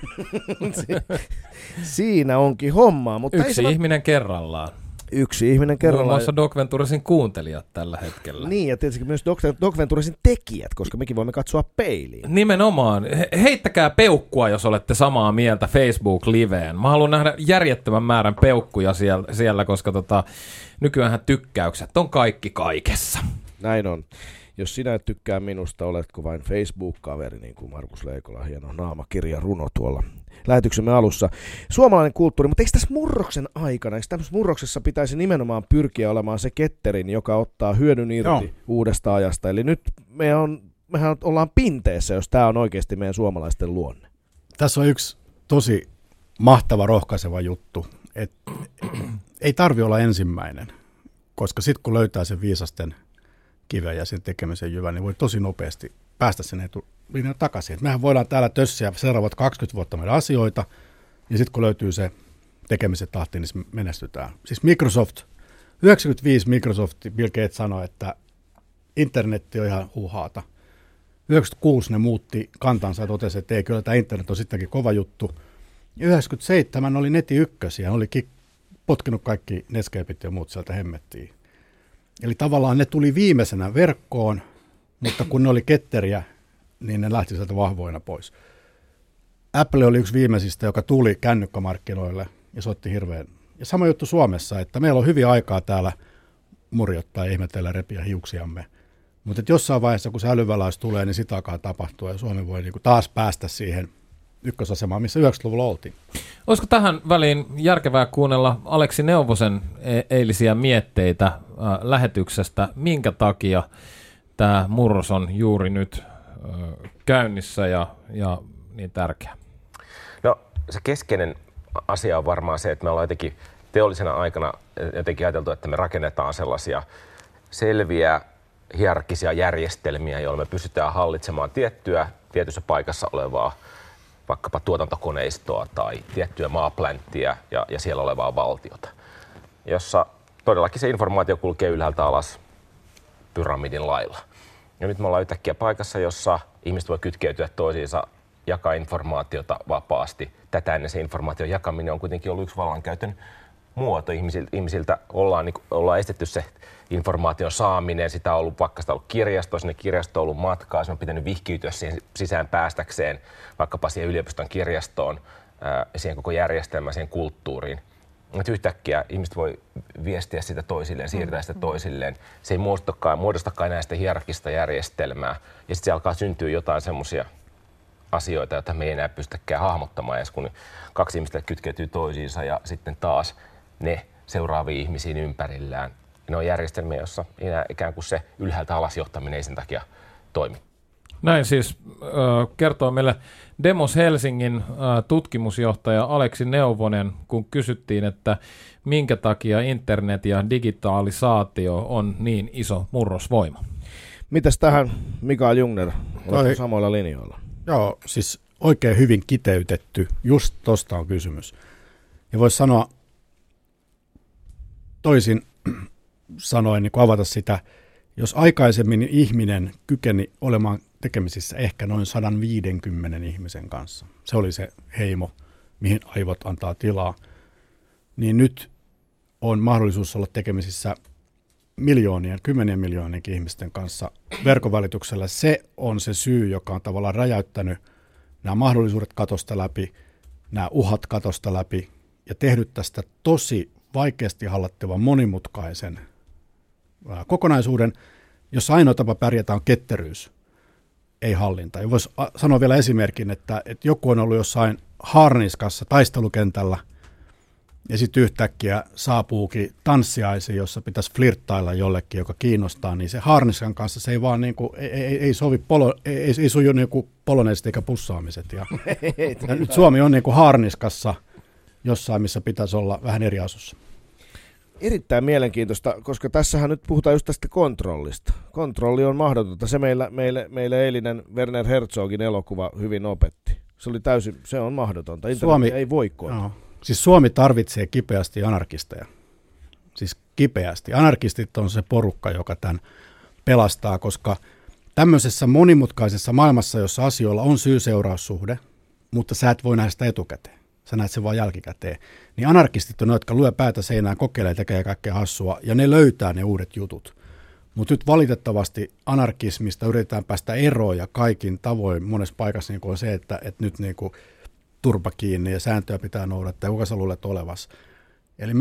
Siinä onkin hommaa. Mutta yksi ihminen kerrallaan. Yksi ihminen kerrallaan. Muun muassa Doc Venturisin kuuntelijat tällä hetkellä. Niin, ja tietysti myös Doc Venturisin tekijät, koska mekin voimme katsoa peiliin. Nimenomaan. Heittäkää peukkua, jos olette samaa mieltä Facebook-liveen. Mä haluan nähdä järjettömän määrän peukkuja siellä koska nykyäänhän tykkäykset on kaikki kaikessa. Näin on. Jos sinä et tykkää minusta, oletko vain Facebook-kaveri, niin kuin Markus Leikola, hieno naamakirja runo tuolla lähetyksemme alussa. Suomalainen kulttuuri, mutta eikö tässä murroksen aikana, eikö tämmöisessä murroksessa pitäisi nimenomaan pyrkiä olemaan se ketterin, joka ottaa hyödyn irti uudesta ajasta? Eli nyt mehän ollaan pinteessä, jos tämä on oikeasti meidän suomalaisten luonne. Tässä on yksi tosi mahtava, rohkaiseva juttu. Ei tarvi olla ensimmäinen, koska sitten kun löytää sen viisasten kiven ja sen tekemisen jyvän, niin voi tosi nopeasti päästä sen etulinjan takaisin. Et mehän voidaan täällä tössiä seuraavat 20 vuotta meidän asioita, ja sitten kun löytyy se tekemisen tahti, niin menestytään. Siis 95 Bill Gates sanoi, että internetti on ihan huuhaata. 96 ne muutti kantansa ja totesi, että ei, kyllä tämä internet on sittenkin kova juttu. Ja 97 oli netin ykkösiä, oli potkinut kaikki Netscapeit ja muut sieltä hemmettiin. Eli tavallaan ne tuli viimeisenä verkkoon, mutta kun ne oli ketteriä, niin ne lähti sieltä vahvoina pois. Apple oli yksi viimeisistä, joka tuli kännykkämarkkinoille ja se otti hirveän. Ja sama juttu Suomessa, että meillä on hyvin aikaa täällä murjottaa ja ihmetellä repiä hiuksiamme. Mutta jossain vaiheessa, kun se älyväläys tulee, niin sitä alkaa tapahtua ja Suomi voi niinku taas päästä siihen ykkösasemaan, missä 90-luvulla oltiin. Olisiko tähän väliin järkevää kuunnella Aleksi Neuvosen eilisiä mietteitä lähetyksestä, minkä takia tämä murros on juuri nyt käynnissä ja niin tärkeä? No se keskeinen asia on varmaan se, että me ollaan jotenkin teollisena aikana jotenkin ajateltu, että me rakennetaan sellaisia selviä hierarkkisia järjestelmiä, joilla me pystytään hallitsemaan tietyssä paikassa olevaa vaikkapa tuotantokoneistoa tai tiettyä maaplänttiä ja siellä olevaa valtiota, jossa todellakin se informaatio kulkee ylhäältä alas pyramidin lailla. Ja nyt me ollaan yhtäkkiä paikassa, jossa ihmiset voi kytkeytyä toisiinsa, jakaa informaatiota vapaasti. Tätä ennen se informaation jakaminen on kuitenkin ollut yksi vallankäytön muoto. Ihmisiltä ollaan estetty se informaation saaminen. Sitä on ollut vaikka sitä ollut kirjasto, sinne kirjastoon on ollut matkaa. Se on pitänyt vihkiytyä siihen sisään päästäkseen, vaikkapa siihen yliopiston kirjastoon, siihen koko järjestelmään, siihen kulttuuriin. Että yhtäkkiä ihmiset voi viestiä sitä toisilleen, siirtää sitä toisilleen. Se ei muodostakaan enää sitä hierarkista järjestelmää. Ja sitten se alkaa syntyä jotain semmoisia asioita, joita me ei enää pystytäkään hahmottamaan edes, kun 2 ihmistä kytkeytyy toisiinsa ja sitten taas ne seuraavia ihmisiin ympärillään. Ne on järjestelmiä, jossa enää ikään kuin se ylhäältä alas johtaminen ei sen takia toimi. Näin siis kertoo meille Demos Helsingin tutkimusjohtaja Aleksi Neuvonen, kun kysyttiin, että minkä takia internet ja digitalisaatio on niin iso murrosvoima. Mitäs tähän Mikael Jungner, oletko samoilla linjoilla? Joo, siis oikein hyvin kiteytetty, just tosta on kysymys. Ja voisi sanoa toisin sanoen, niin avata sitä, Jos aikaisemmin ihminen kykeni olemaan tekemisissä ehkä noin 150 ihmisen kanssa, se oli se heimo, mihin aivot antaa tilaa, niin nyt on mahdollisuus olla tekemisissä miljoonien, 10 miljoonienkin ihmisten kanssa verkon välityksellä. Se on se syy, joka on tavallaan räjäyttänyt nämä mahdollisuudet katosta läpi, nämä uhat katosta läpi ja tehnyt tästä tosi vaikeasti hallattavan monimutkaisen kokonaisuuden, jossa ainoa tapa pärjätä on ketteryys, ei hallinta. Ja voisi sanoa vielä esimerkin, että joku on ollut jossain harniskassa taistelukentällä, ja sitten yhtäkkiä saapuukin tanssiaisi, jossa pitäisi flirttailla jollekin, joka kiinnostaa, niin se harniskan kanssa se ei vaan niinku, ei sovi ei suju niinku poloneiset eikä pussaamiset. Ja nyt Suomi on niinku harniskassa jossain, missä pitäisi olla vähän eri asussa. Erittäin mielenkiintoista, koska tässähän nyt puhutaan just tästä kontrollista. Kontrolli on mahdotonta. Se meille eilinen Werner Herzogin elokuva hyvin opetti. Se on mahdotonta. Internet ei voi kontrolloida. No. Siis Suomi tarvitsee kipeästi anarkisteja. Siis kipeästi. Anarkistit on se porukka, joka tämän pelastaa, koska tämmöisessä monimutkaisessa maailmassa, jossa asioilla on syy-seuraussuhde, mutta sä et voi nähdä sitä etukäteen. Sä näet sen vaan jälkikäteen. Niin anarkistit on ne, jotka lyö päätä seinään, kokeilee, tekee kaikkea hassua, ja ne löytää ne uudet jutut. Mutta nyt valitettavasti anarkismista yritetään päästä eroon, ja kaikin tavoin monessa paikassa niin on se, että nyt niin kuin turpa kiinni ja sääntöjä pitää noudattaa, ja kuka sä luulet olevas. Eli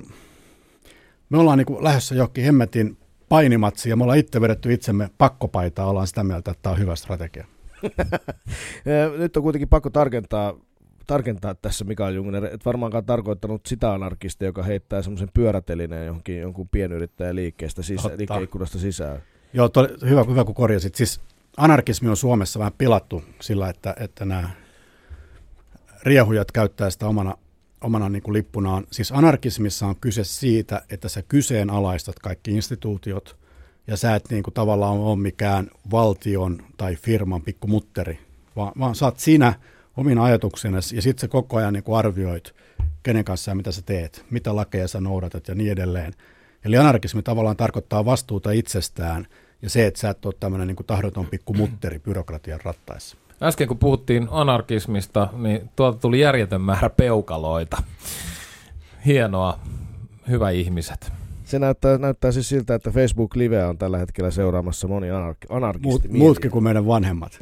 me ollaan niin kuin lähdössä johonkin hemmetin painimatsiin, ja me ollaan itse vedetty itsemme pakkopaitaa, ollaan sitä mieltä, että tämä on hyvä strategia. Nyt on kuitenkin pakko tarkentaa tässä Mikael Jungner, et varmaankaan tarkoittanut sitä anarkistia, joka heittää semmoisen pyörätelineen jonkun pienyrittäjän liikkeikkunasta sisään. Joo, hyvä kun korjasit. Siis anarkismi on Suomessa vähän pilattu sillä, että nämä riehujat käyttää sitä omana niin kuin lippunaan. Siis anarkismissa on kyse siitä, että sä kyseenalaistat kaikki instituutiot, ja sä et niin kuin tavallaan ole mikään valtion tai firman pikkumutteri, vaan sä oot siinä omina ajatuksenasi, ja sitten sä koko ajan niin kuin arvioit, kenen kanssa ja mitä sä teet, mitä lakeja sä noudatat ja niin edelleen. Eli anarkismi tavallaan tarkoittaa vastuuta itsestään, ja se, että sä et ole tämmöinen niin kuin tahdoton pikkumutteri byrokratian rattaissa. Äsken kun puhuttiin anarkismista, niin tuolta tuli järjetön määrä peukaloita. Hienoa, hyvä ihmiset. Se näyttää siis siltä, että Facebook Liveä on tällä hetkellä seuraamassa moni anarkisti. Muutkin kuin meidän vanhemmat.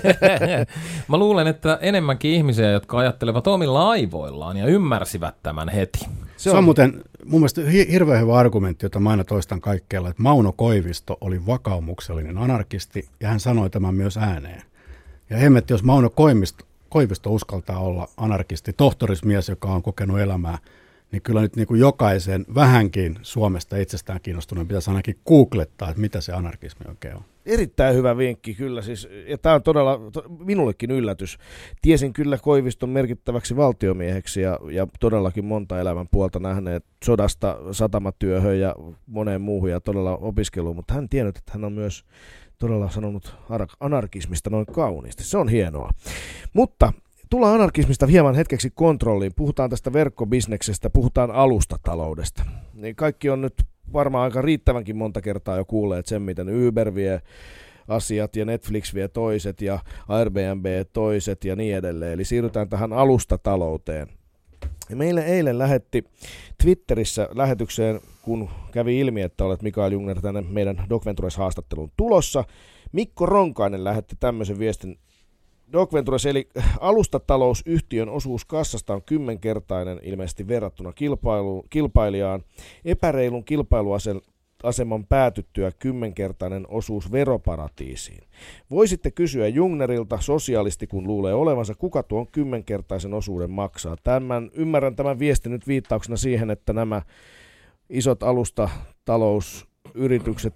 Mä luulen, että enemmänkin ihmisiä, jotka ajattelevat omilla aivoillaan ja ymmärsivät tämän heti. Se on muuten mun mielestä hirveän hyvä argumentti, jota mä aina toistan kaikkialla, että Mauno Koivisto oli vakaumuksellinen anarkisti, ja hän sanoi tämän myös ääneen. Ja hemmetti, jos Mauno Koivisto uskaltaa olla anarkisti, tohtorismies, joka on kokenut elämää, niin kyllä nyt niin kuin jokaisen vähänkin Suomesta itsestään kiinnostuneen pitäisi ainakin googlettaa, että mitä se anarkismi oikein on. Erittäin hyvä vinkki kyllä siis, ja tämä on todella minullekin yllätys. Tiesin kyllä Koiviston merkittäväksi valtiomieheksi ja todellakin monta elämän puolta nähneet sodasta satamatyöhön ja moneen muuhun ja todella opiskeluun, mutta hän tiennyt, että hän on myös todella sanonut anarkismista noin kauniisti. Se on hienoa. Mutta tullaan anarkismista hieman hetkeksi kontrolliin. Puhutaan tästä verkkobisneksestä, puhutaan alustataloudesta. Niin kaikki on nyt varmaan aika riittävänkin monta kertaa jo kuulleet sen, miten Uber vie asiat ja Netflix vie toiset ja Airbnb toiset ja niin edelleen. Eli siirrytään tähän alustatalouteen. Ja meille eilen lähetti Twitterissä lähetykseen, kun kävi ilmi, että olet Mikael Jungner tänne meidän Doc Ventures-haastatteluun tulossa. Mikko Ronkainen lähetti tämmöisen viestin. Doc Ventures eli alustatalousyhtiön osuus kassasta on 10-kertainen ilmeisesti verrattuna kilpailijaan. Epäreilun kilpailuaseman päätyttyä 10-kertainen osuus veroparatiisiin. Voisitte kysyä Jungnerilta, sosialisti kun luulee olevansa, kuka tuon 10-kertaisen osuuden maksaa. Ymmärrän tämän viestin nyt viittauksena siihen, että nämä isot alustatalousyritykset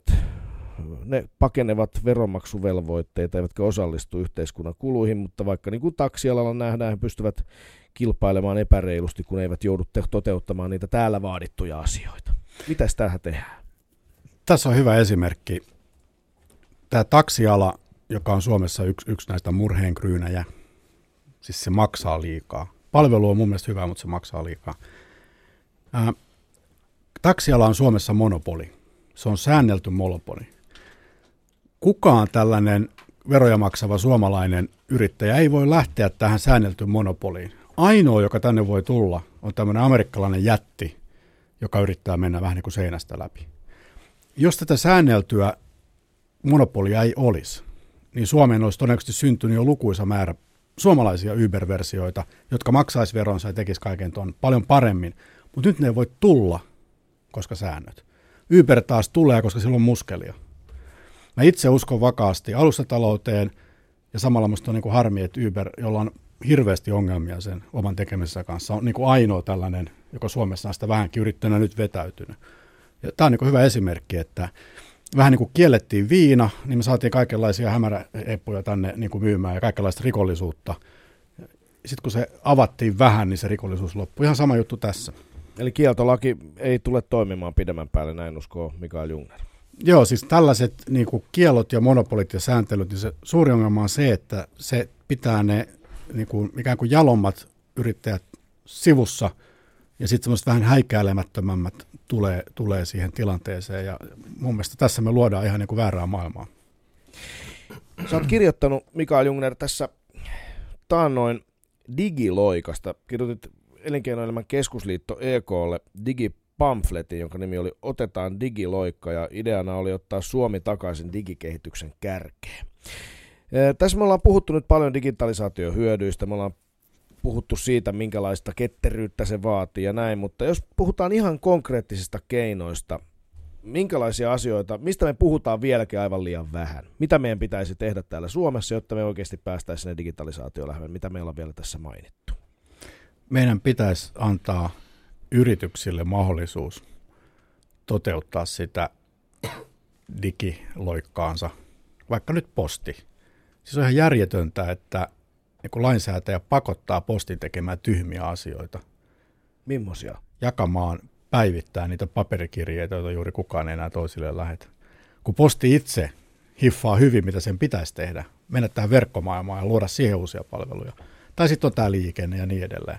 ne pakenevat veronmaksuvelvoitteita, eivätkä osallistu yhteiskunnan kuluihin, mutta vaikka niin kuin taksialalla nähdään, he pystyvät kilpailemaan epäreilusti, kun eivät joudu toteuttamaan niitä täällä vaadittuja asioita. Mitäs tähän tehdään? Tässä on hyvä esimerkki. Tämä taksiala, joka on Suomessa yksi näistä murheenkryynäjä, siis se maksaa liikaa. Palvelu on mun mielestä hyvä, mutta se maksaa liikaa. Taksiala on Suomessa monopoli. Se on säännelty monopoli. Kukaan tällainen veroja maksava suomalainen yrittäjä ei voi lähteä tähän säänneltyyn monopoliin. Ainoa, joka tänne voi tulla, on tämmöinen amerikkalainen jätti, joka yrittää mennä vähän niin kuin seinästä läpi. Jos tätä säänneltyä monopolia ei olisi, niin Suomeen olisi todennäköisesti syntynyt jo lukuisa määrä suomalaisia Uber-versioita, jotka maksaisi veronsa ja tekisi kaiken tuon paljon paremmin. Mutta nyt ne ei voi tulla, koska säännöt. Uber taas tulee, koska sillä on muskelia. Mä itse uskon vakaasti alustatalouteen ja samalla musta on niin kuin harmi, että Uber, jolla on hirveästi ongelmia sen oman tekemisensä kanssa, on niin kuin ainoa tällainen, joka Suomessa on sitä vähänkin yrittänyt nyt vetäytynyt. Ja tämä on niin kuin hyvä esimerkki, että vähän niin kuin kiellettiin viina, niin me saatiin kaikenlaisia hämäräeppuja tänne niin kuin myymään ja kaikenlaista rikollisuutta. Sitten kun se avattiin vähän, niin se rikollisuus loppui. Ihan sama juttu tässä. Eli kieltolaki ei tule toimimaan pidemmän päälle, näin uskoo Mikael Jungner. Joo, siis tällaiset niin kuin kiellot ja monopolit ja sääntelyt, niin se suuri ongelma on se, että se pitää ne niin kuin, ikään kuin jalommat yrittäjät sivussa ja sitten semmoiset vähän häikäilemättömämmät tulee siihen tilanteeseen ja mun mielestä tässä me luodaan ihan niin kuin väärää maailmaa. Sä oot kirjoittanut, Mikael Jungner, tässä taannoin digiloikasta. Kirjoitit Elinkeinoelämän keskusliitto EK:lle digipamfletin, jonka nimi oli Otetaan digiloikka, ja ideana oli ottaa Suomi takaisin digikehityksen kärkeen. Tässä me ollaan puhuttu nyt paljon digitalisaation hyödyistä, me ollaan puhuttu siitä, minkälaista ketteryyttä se vaatii ja näin, mutta jos puhutaan ihan konkreettisista keinoista, minkälaisia asioita, mistä me puhutaan vieläkin aivan liian vähän? Mitä meidän pitäisi tehdä täällä Suomessa, jotta me oikeasti päästäisiin sinne digitalisaatioon lähemmin? Mitä meillä on vielä tässä mainittu? Meidän pitäisi antaa yrityksille mahdollisuus toteuttaa sitä digiloikkaansa, vaikka nyt posti. Siis on ihan järjetöntä, että kun lainsäätäjä pakottaa postin tekemään tyhmiä asioita. Mimmosia? Jakamaan päivittäin niitä paperikirjeitä, joita juuri kukaan ei enää toisilleen lähetä. Kun posti itse hiffaa hyvin, mitä sen pitäisi tehdä, mennä tähän verkkomaailmaan ja luoda siihen uusia palveluja. Tai sitten on tämä liikenne ja niin edelleen.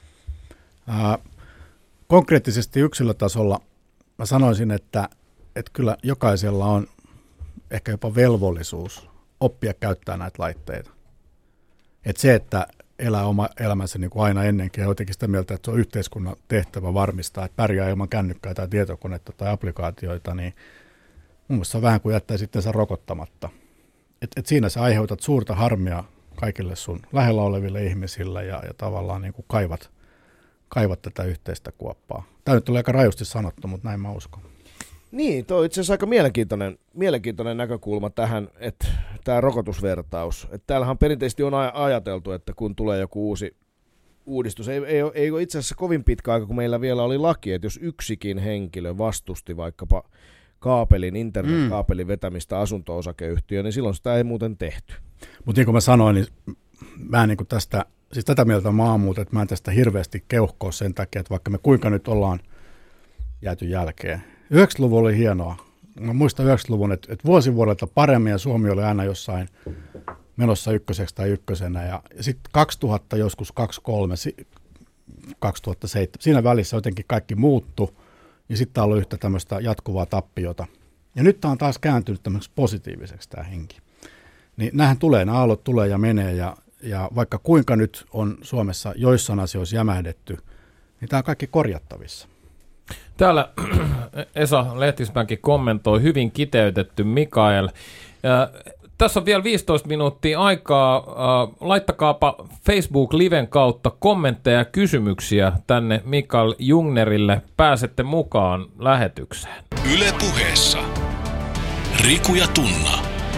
Konkreettisesti yksilötasolla mä sanoisin, että kyllä jokaisella on ehkä jopa velvollisuus oppia käyttää näitä laitteita. Että se, että elää oma elämänsä niin kuin aina ennenkin ja jotenkin sitä mieltä, että se on yhteiskunnan tehtävä varmistaa, että pärjää ilman kännykkää tai tietokonetta tai applikaatioita, niin mun mielestä se on vähän kuin jättäisi itsensä rokottamatta. Et siinä sä aiheutat suurta harmia kaikille sun lähellä oleville ihmisille ja tavallaan niin kuin kaivat tätä yhteistä kuoppaa. Tämä nyt oli aika rajusti sanottu, mutta näin mä uskon. Niin, tuo on itse asiassa aika mielenkiintoinen näkökulma tähän, että tämä rokotusvertaus. Että täällähän perinteisesti on ajateltu, että kun tulee joku uusi uudistus, ei ole itse asiassa kovin pitkä aika, kun meillä vielä oli laki, että jos yksikin henkilö vastusti vaikkapa internetkaapelin vetämistä asunto-osakeyhtiöön, niin silloin sitä ei muuten tehty. Mutta niin kuin mä sanoin, niin mä en niin kuin tästä, siis tätä mieltä mä oon muuten, että mä en tästä hirveästi keuhkoa sen takia, että vaikka me kuinka nyt ollaan jääty jälkeen. 90-luvulla oli hienoa. Mä muistan 90-luvun, että vuosi vuodelta paremmin ja Suomi oli aina jossain menossa ykköseksi tai ykkösenä. Ja sitten 2000, joskus 2003, 2007, siinä välissä jotenkin kaikki muuttui. Ja sitten tämä on ollut yhtä tämmöistä jatkuvaa tappiota. Ja nyt tämä on taas kääntynyt tämmöiseksi positiiviseksi tämä henki. Niin nämä aallot tulee ja menee. Ja vaikka kuinka nyt on Suomessa joissain asioissa jämähdetty, niin tämä on kaikki korjattavissa. Täällä Esa Lehtismäki kommentoi, hyvin kiteytetty Mikael. Tässä on vielä 15 minuuttia aikaa. Laittakaapa Facebook-liven kautta kommentteja ja kysymyksiä tänne Mikael Jungnerille. Pääsette mukaan lähetykseen. Yle Puheessa Riku ja Tunna.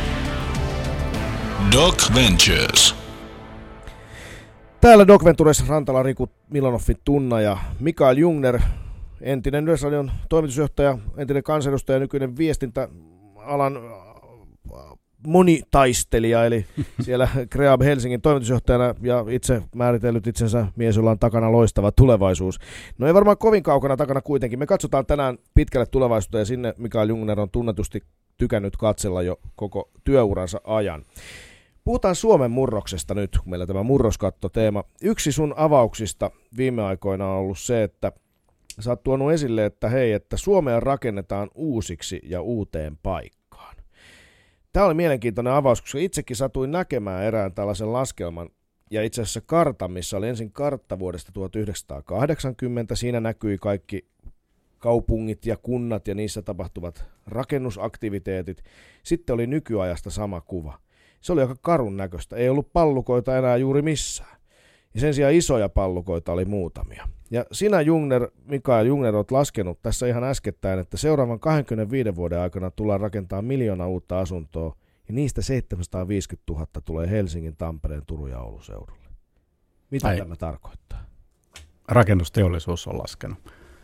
Doc Ventures. Täällä Doc Ventures Rantala, Riku, Milonoffin, Tunna ja Mikael Jungner, entinen Yleisradion toimitusjohtaja, entinen kansanedustaja, nykyinen viestintäalan monitaistelija, eli siellä Kreab Helsingin toimitusjohtajana ja itse määritellyt itsensä mies, jolla on takana loistava tulevaisuus. No ei varmaan kovin kaukana takana kuitenkin. Me katsotaan tänään pitkälle tulevaisuuteen ja sinne Mikael Jungner on tunnetusti tykännyt katsella jo koko työuransa ajan. Puhutaan Suomen murroksesta nyt, kun meillä tämä murroskatto-teema. Yksi sun avauksista viime aikoina on ollut se, että sä oot tuonut esille, että hei, että Suomea rakennetaan uusiksi ja uuteen paikkaan. Tämä oli mielenkiintoinen avaus, koska itsekin satuin näkemään erään tällaisen laskelman ja itse asiassa kartan, missä oli ensin kartta vuodesta 1980. Siinä näkyi kaikki kaupungit ja kunnat ja niissä tapahtuvat rakennusaktiviteetit. Sitten oli nykyajasta sama kuva. Se oli aika karun näköistä. Ei ollut pallukoita enää juuri missään. Ja sen sijaan isoja pallukoita oli muutamia. Ja sinä Mikael Jungner, olet laskenut tässä ihan äskettäin, että seuraavan 25 vuoden aikana tullaan rakentaa 1 miljoonaa uutta asuntoa, ja niistä 750 000 tulee Helsingin, Tampereen, Turun ja Oulun seudulle. Mitä tämä tarkoittaa? Rakennusteollisuus on laskenut.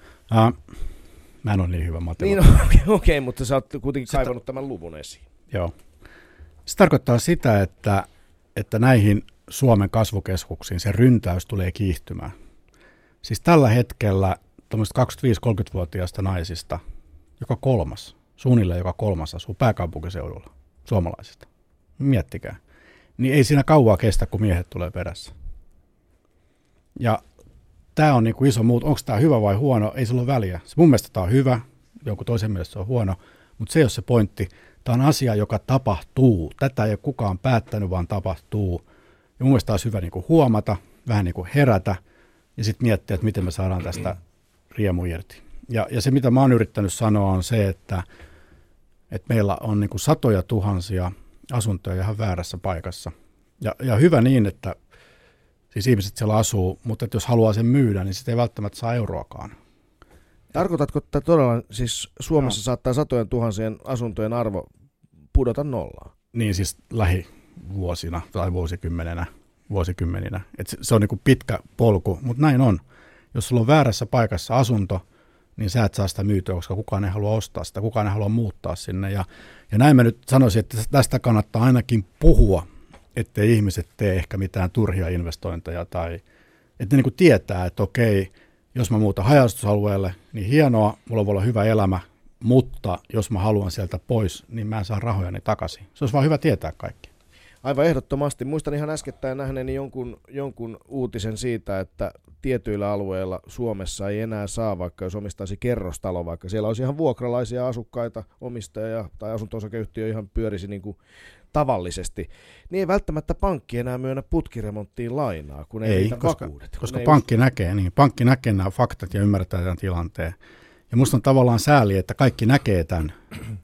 Mä en ole niin hyvä matemaatikko. Niin, okei, mutta sä oot kuitenkin kaivannut tämän luvun esiin. Joo. Se tarkoittaa sitä, että näihin Suomen kasvukeskuksiin se ryntäys tulee kiihtymään. Siis tällä hetkellä 25-30-vuotiaista naisista suunnilleen joka kolmas asuu pääkaupunkiseudulla suomalaisista. Miettikää. Niin ei siinä kauaa kestä, kun miehet tulee perässä. Ja tämä on niinku iso muut. Onko tämä hyvä vai huono? Ei sillä ole väliä. Mun mielestä tämä on hyvä, jonkun toisen mielestä se on huono, mutta se ei ole se pointti. Tämä on asia, joka tapahtuu. Tätä ei ole kukaan päättänyt, vaan tapahtuu. Ja mun mielestä olisi hyvä niinku huomata, vähän niinku herätä ja sitten miettiä, että miten me saadaan tästä riemu irti. Ja se, mitä mä oon yrittänyt sanoa, on se, että meillä on niinku satoja tuhansia asuntoja ihan väärässä paikassa. Ja hyvä niin, että siis ihmiset siellä asuu, mutta että jos haluaa sen myydä, niin sitten ei välttämättä saa euroakaan. Tarkoitatko, että todella siis Suomessa saattaa satojen tuhansien asuntojen arvo pudota nollaan? Niin siis lähivuosina tai vuosikymmeninä. Et se on niinku pitkä polku, mutta näin on. Jos sulla on väärässä paikassa asunto, niin sä et saa sitä myytyä, koska kukaan ei halua ostaa sitä, kukaan ei halua muuttaa sinne. Ja näin mä nyt sanoisin, että tästä kannattaa ainakin puhua, ettei ihmiset tee ehkä mitään turhia investointeja tai että ne niinku tietää, että okei, jos mä muutan haja-asutusalueelle, niin hienoa, mulla voi olla hyvä elämä, mutta jos mä haluan sieltä pois, niin mä en saa rahojani takaisin. Se olisi vaan hyvä tietää kaikki. Aivan ehdottomasti. Muistan ihan äskettäin nähneeni jonkun uutisen siitä, että tietyillä alueilla Suomessa ei enää saa, vaikka jos omistaisi kerrostalo, vaikka siellä olisi ihan vuokralaisia asukkaita, omistajia tai asunto-osakeyhtiö ihan pyörisi niin kuin tavallisesti, niin ei välttämättä pankki enää myönnä putkiremonttiin lainaa, kun ei niitä vakuudet. Koska pankki näkee nämä faktat ja ymmärtää tämän tilanteen. Ja musta on tavallaan sääli, että kaikki näkee tämän.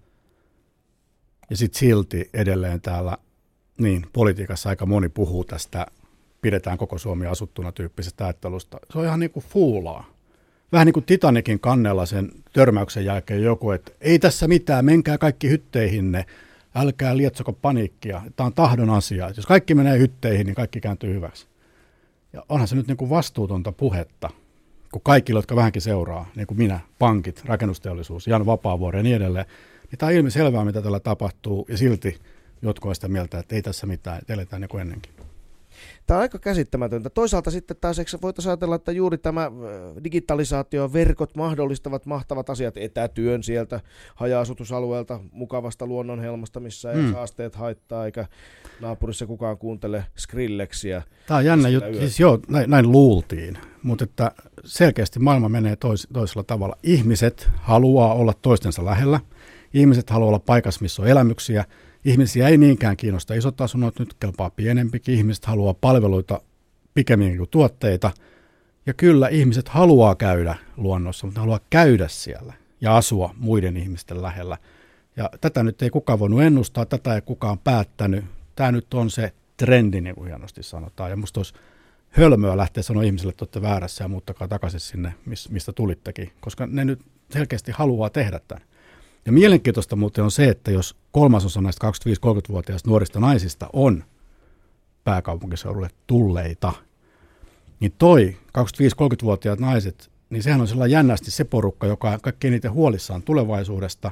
Ja sitten silti edelleen täällä politiikassa aika moni puhuu tästä, pidetään koko Suomi asuttuna tyyppisestä ajattelusta. Se on ihan niin kuin fuulaa. Vähän niin kuin Titanikin kannella sen törmäyksen jälkeen joku, että ei tässä mitään, menkää kaikki hytteihinne, älkää lietsoko paniikkia. Tämä on tahdon asia. Jos kaikki menee hytteihin, niin kaikki kääntyy hyväksi. Ja onhan se nyt niin kuin vastuutonta puhetta, kun kaikilla, jotka vähänkin seuraa, niin kuin minä, pankit, rakennusteollisuus, Jan Vapaavuori ja niin edelleen, niin tämä on ilmiselvää, mitä tällä tapahtuu, ja silti jotkut on sitä mieltä, että ei tässä mitään, että eletään niin kuin ennenkin. Tämä on aika käsittämätöntä. Toisaalta sitten taas voitaisiin ajatella, että juuri tämä digitalisaatio, verkot mahdollistavat mahtavat asiat, etätyön sieltä haja-asutusalueelta, mukavasta luonnonhelmasta, missä ei haasteet haittaa, eikä naapurissa kukaan kuuntele Skrillexia. Tämä on jännä juttu, siis joo, näin luultiin, mutta että selkeästi maailma menee toisella tavalla. Ihmiset haluaa olla toistensa lähellä, ihmiset haluaa olla paikassa, missä on elämyksiä. Ihmisiä ei niinkään kiinnosta isot asunnot, nyt kelpaa pienempikin. Ihmiset haluaa palveluita pikemminkin kuin tuotteita. Ja kyllä ihmiset haluaa käydä luonnossa, mutta haluaa käydä siellä ja asua muiden ihmisten lähellä. Ja tätä nyt ei kukaan voinut ennustaa, tätä ei kukaan päättänyt. Tämä nyt on se trendi, niin kuin hienosti sanotaan. Ja musta olisi hölmöä lähteä sanoa ihmisille, että olette väärässä ja muuttakaa takaisin sinne, mistä tulittekin. Koska ne nyt selkeästi haluaa tehdä tämän. Ja mielenkiintoista muuten on se, että jos 3/3 näistä 25-30-vuotiaista nuorista naisista on pääkaupunkiseudulle tulleita, niin toi 25-30-vuotiaat naiset, niin sehän on sellainen jännästi se porukka, joka on kaikkein eniten huolissaan tulevaisuudesta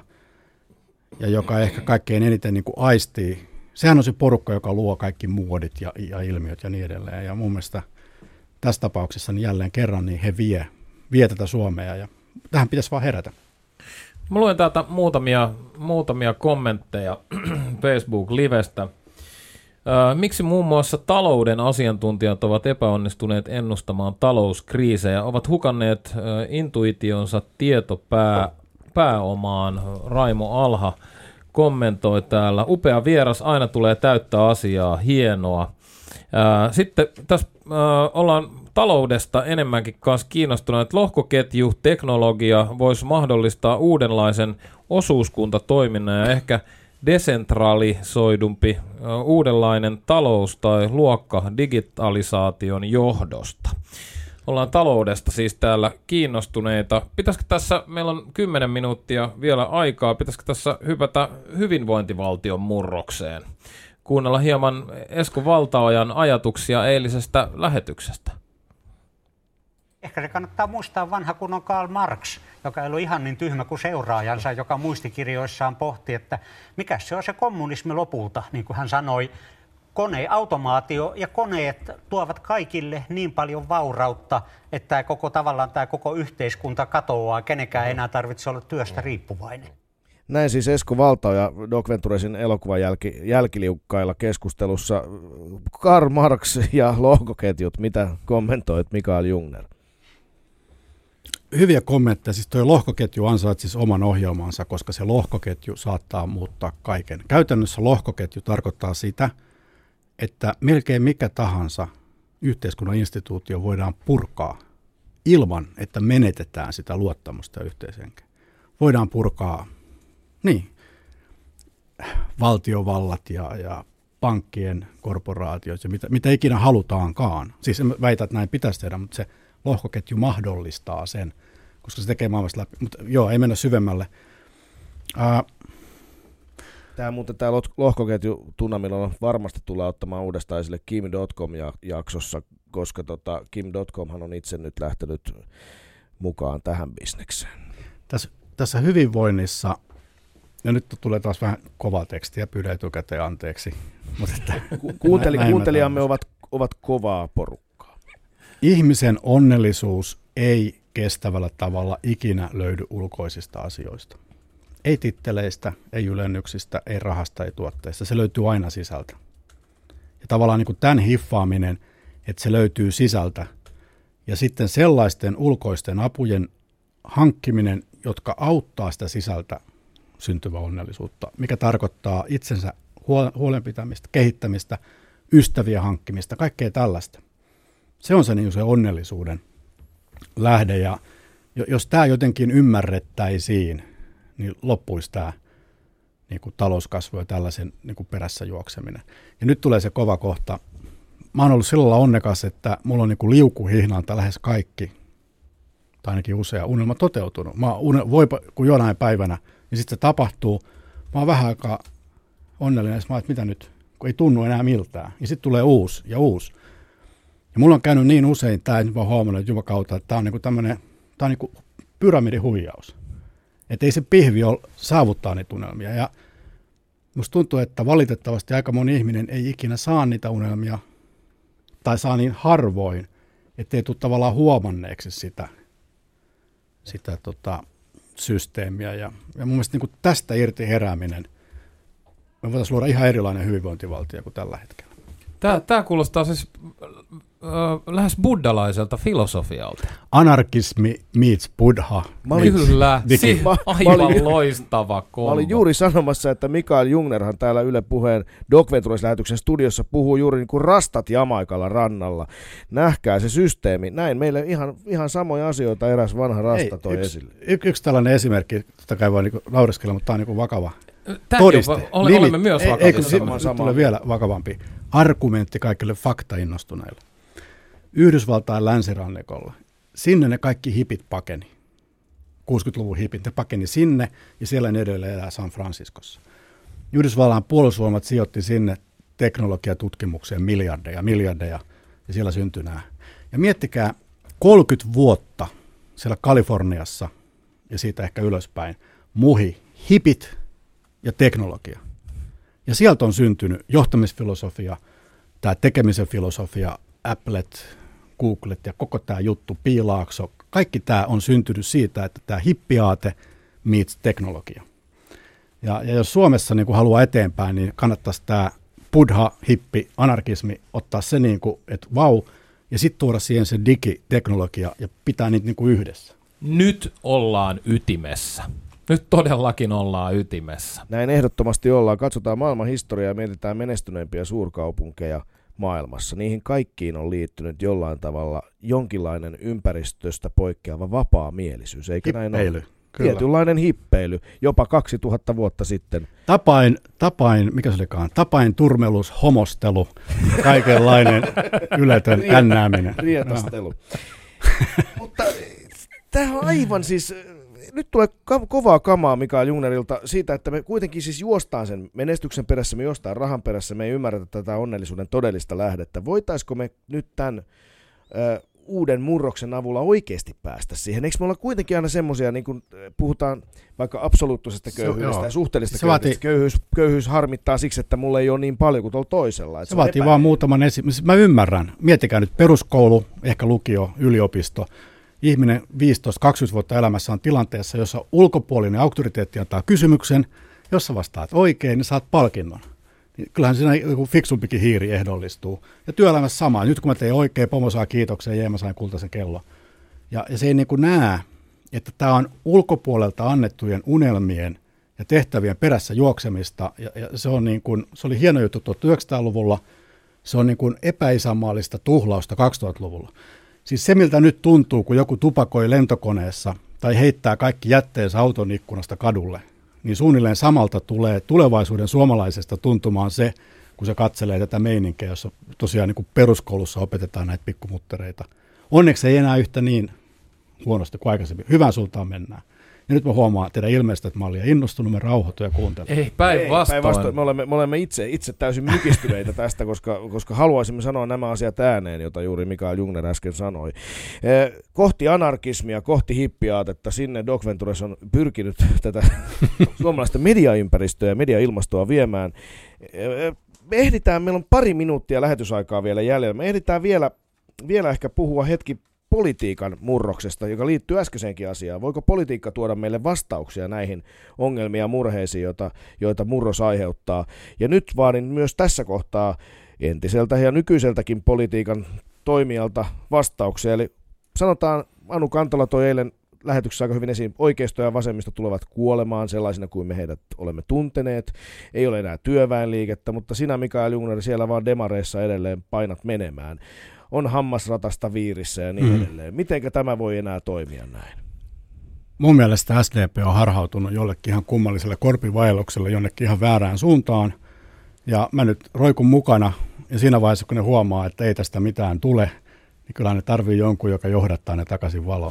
ja joka ehkä kaikkein eniten niin kuin aistii. Sehän on se porukka, joka luo kaikki muodit ja ilmiöt ja niin edelleen. Ja mun mielestä tässä tapauksessa niin jälleen kerran niin he vie tätä Suomea ja tähän pitäisi vaan herätä. Mä luen täältä muutamia kommentteja Facebook-livestä. Miksi muun muassa talouden asiantuntijat ovat epäonnistuneet ennustamaan talouskriisejä, ovat hukanneet intuitionsa tietopääomaan? Raimo Alha kommentoi täällä. Upea vieras, aina tulee täyttää asiaa, hienoa. Sitten tässä ollaan taloudesta enemmänkin kanssa kiinnostuneet. Lohkoketju, teknologia voisi mahdollistaa uudenlaisen osuuskuntatoiminnan ja ehkä desentralisoidumpi uudenlainen talous tai luokka digitalisaation johdosta. Ollaan taloudesta siis täällä kiinnostuneita. Pitäisikö tässä, meillä on 10 minuuttia vielä aikaa, pitäisikö tässä hypätä hyvinvointivaltion murrokseen? Kuunnella hieman Esko Valtaojan ajatuksia eilisestä lähetyksestä. Ehkä se kannattaa muistaa vanha kunnon Karl Marx, joka ei ollut ihan niin tyhmä kuin seuraajansa, joka muistikirjoissaan pohti, että mikä se on se kommunismi lopulta, niin kuin hän sanoi. Automaatio ja koneet tuovat kaikille niin paljon vaurautta, että tämä koko yhteiskunta katoaa, kenenkään ei enää tarvitse olla työstä riippuvainen. Näin siis Esko Valtaoja Doc Venturesin elokuvan jälkiliukkailla keskustelussa. Karl Marx ja lohkoketjut, mitä kommentoit Mikael Jungner? Hyviä kommentteja. Siis tuo lohkoketju ansaitsisi oman ohjelmansa, koska se lohkoketju saattaa muuttaa kaiken. Käytännössä lohkoketju tarkoittaa sitä, että melkein mikä tahansa yhteiskunnan instituutio voidaan purkaa ilman, että menetetään sitä luottamusta yhteishenkeen. Voidaan purkaa valtiovallat ja pankkien korporaatiot ja mitä ikinä halutaankaan. Siis en väitä, että näin pitäisi tehdä, mutta se lohkoketju mahdollistaa sen, koska se tekee maailmasta läpi. Mutta joo, ei mennä syvemmälle. Tämä lohkoketju Tunamilla varmasti tulee ottamaan uudestaan esille Kim.com-jaksossa, koska Kim.comhan on itse nyt lähtenyt mukaan tähän bisnekseen. Tässä hyvinvoinnissa, ja nyt tulee taas vähän kovaa tekstiä, pyydän etukäteen anteeksi. Kuuntelijamme ovat kovaa porukkaa. Ihmisen onnellisuus ei kestävällä tavalla ikinä löydy ulkoisista asioista. Ei titteleistä, ei ylennyksistä, ei rahasta, ei tuotteista. Se löytyy aina sisältä. Ja tavallaan niin kuin tämän hiffaaminen, että se löytyy sisältä. Ja sitten sellaisten ulkoisten apujen hankkiminen, jotka auttaa sitä sisältä syntyvää onnellisuutta, mikä tarkoittaa itsensä huolenpitämistä, kehittämistä, ystäviä hankkimista, kaikkea tällaista. Se on se onnellisuuden lähde. Ja jos tämä jotenkin ymmärrettäisiin, niin loppuisi tämä niin kuin talouskasvu ja tällaisen niin kuin perässä juokseminen. Ja nyt tulee se kova kohta. Mä oon ollut sillä lailla onnekas, että mulla on niin kuin liukuhihnalta lähes kaikki, tai ainakin usea unelma toteutunut. Kun jonain päivänä, niin sitten se tapahtuu. Mä oon vähän aikaa onnellinen, että mitä nyt, kun ei tunnu enää miltään. Ja sitten tulee uusi ja uusi. Ja mulla on käynyt niin usein, tämä nyt vaan huomannut jumakautta, että tämä on niin kuin tämmöinen, tämä on niin kuin pyramidihuijaus. Että ei se pihvi ole saavuttaa niitä unelmia. Ja musta tuntuu, että valitettavasti aika moni ihminen ei ikinä saa niitä unelmia, tai saa niin harvoin, ettei tule tavallaan huomanneeksi sitä systeemiä. Ja mun mielestä niin kuin tästä irti herääminen, me voitaisiin luoda ihan erilainen hyvinvointivaltio kuin tällä hetkellä. Tämä kuulostaa siis lähes buddhalaiselta filosofialta. Anarkismi meets Buddha. Kyllä, aivan loistava kombo. Mä olin juuri sanomassa, että Mikael Jungnerhan täällä Yle Puheen Doc Ventures-lähetyksen studiossa puhuu juuri niin kuin rastat Jamaikalla rannalla. Nähkää se systeemi. Näin meille ihan samoja asioita eräs vanha rasta toi esille. Yksi tällainen esimerkki, totta kai voi niin naureskella, mutta tämä on niin vakava. Olemme myös vakavissa. Tulee vielä vakavampi argumentti kaikille faktainnostuneille. Yhdysvaltain länsirannikolla. Sinne ne kaikki hipit pakeni. 60-luvun hipit, ne pakeni sinne ja siellä ne edelleen elää San Franciscossa. Yhdysvaltain puolustusvoimat sijoitti sinne teknologiatutkimukseen miljardeja ja siellä syntyi nämä. Ja miettikää 30 vuotta siellä Kaliforniassa ja siitä ehkä ylöspäin muhi hipit ja teknologia. Ja sieltä on syntynyt johtamisfilosofia, tämä tekemisen filosofia, Applet, Googlet ja koko tämä juttu, Piilaakso. Kaikki tämä on syntynyt siitä, että tämä hippiaate meets teknologia. Ja jos Suomessa niin kun haluaa eteenpäin, niin kannattaisi tämä buddha, hippi, anarkismi, ottaa se niin kuin, että vau, ja sitten tuoda siihen se digiteknologia ja pitää niitä niin kuin yhdessä. Nyt ollaan ytimessä. Nyt todellakin ollaan ytimessä. Näin ehdottomasti ollaan. Katsotaan maailman historiaa ja mietitään menestyneimpiä suurkaupunkeja maailmassa. Niihin kaikkiin on liittynyt jollain tavalla jonkinlainen ympäristöstä poikkeava vapaamielisyys, eikä näin ole? Tietynlainen hippeily, jopa 2000 vuotta sitten. Mikä se olikaan? Tapain, turmelus, homostelu, kaikenlainen yletön kännääminen. Rietastelu. Mutta tämä on aivan siis, nyt tulee kovaa kamaa Mikael Jungnerilta siitä, että me kuitenkin siis juostaan sen menestyksen perässä, me juostaan rahan perässä, me ei ymmärretä tätä onnellisuuden todellista lähdettä. Voitaisiko me nyt tämän uuden murroksen avulla oikeasti päästä siihen? Eikö me olla kuitenkin aina semmoisia, niin kuin puhutaan vaikka absoluuttisesta köyhyydestä ja suhteellisesta köyhyydestä. Köyhyys harmittaa siksi, että mulla ei ole niin paljon kuin tuolla toisella. Se vaatii vaan muutaman mä ymmärrän. Miettikää nyt peruskoulu, ehkä lukio, yliopisto. Ihminen 15-20 vuotta elämässä on tilanteessa, jossa ulkopuolinen auktoriteetti antaa kysymyksen. Jos sä vastaat oikein, niin saat palkinnon. Kyllähän siinä joku fiksumpikin hiiri ehdollistuu. Ja työelämässä sama. Nyt kun mä tein oikein, pomo saa kiitoksen ja mä sain kultaisen kello. Ja se ei niin kuin näe, että tämä on ulkopuolelta annettujen unelmien ja tehtävien perässä juoksemista. Ja se, on niin kuin, se oli hieno juttu 1900-luvulla. Se on niin kuin epäisänmaallista tuhlausta 2000-luvulla. Siis se, miltä nyt tuntuu, kun joku tupakoi lentokoneessa tai heittää kaikki jätteensä auton ikkunasta kadulle, niin suunnilleen samalta tulee tulevaisuuden suomalaisesta tuntumaan se, kun se katselee tätä meininkiä, jossa tosiaan niin kuin peruskoulussa opetetaan näitä pikkumuttereita. Onneksi ei enää yhtä niin huonosti kuin aikaisemmin. Hyvään suuntaan mennään. Ja nyt mä huomaan teidän ilmeistä, että mä olin innostunut, me rauhoitun ja kuuntelen. Ei, päinvastoin. Me olemme itse täysin mykistyneitä tästä, koska haluaisimme sanoa nämä asiat ääneen, jota juuri Mikael Jungner äsken sanoi. Kohti anarkismia, kohti hippiaatetta, sinne Doc Ventures on pyrkinyt tätä suomalaista mediaympäristöä ja mediailmastoa viemään. Me ehditään, meillä on pari minuuttia lähetysaikaa vielä jäljellä, me ehditään vielä ehkä puhua hetki politiikan murroksesta, joka liittyy äskeiseenkin asiaan. Voiko politiikka tuoda meille vastauksia näihin ongelmiin ja murheisiin, joita murros aiheuttaa? Ja nyt vaadin myös tässä kohtaa entiseltä ja nykyiseltäkin politiikan toimijalta vastauksia. Eli sanotaan, Anu Kantola toi eilen lähetyksessä aika hyvin esiin, oikeisto ja vasemmisto tulevat kuolemaan sellaisina kuin me heidät olemme tunteneet. Ei ole enää työväenliikettä, mutta sinä Mikael Jungner siellä vaan demareissa edelleen painat menemään. On hammasratasta viirissä ja niin edelleen. Mitenkä tämä voi enää toimia näin? Mun mielestä SDP on harhautunut jollekin ihan kummalliselle korpivaellukselle jonnekin ihan väärään suuntaan. Ja mä nyt roikun mukana ja siinä vaiheessa, kun ne huomaa, että ei tästä mitään tule, niin kyllä ne tarvii jonkun, joka johdattaa ne takaisin valoon.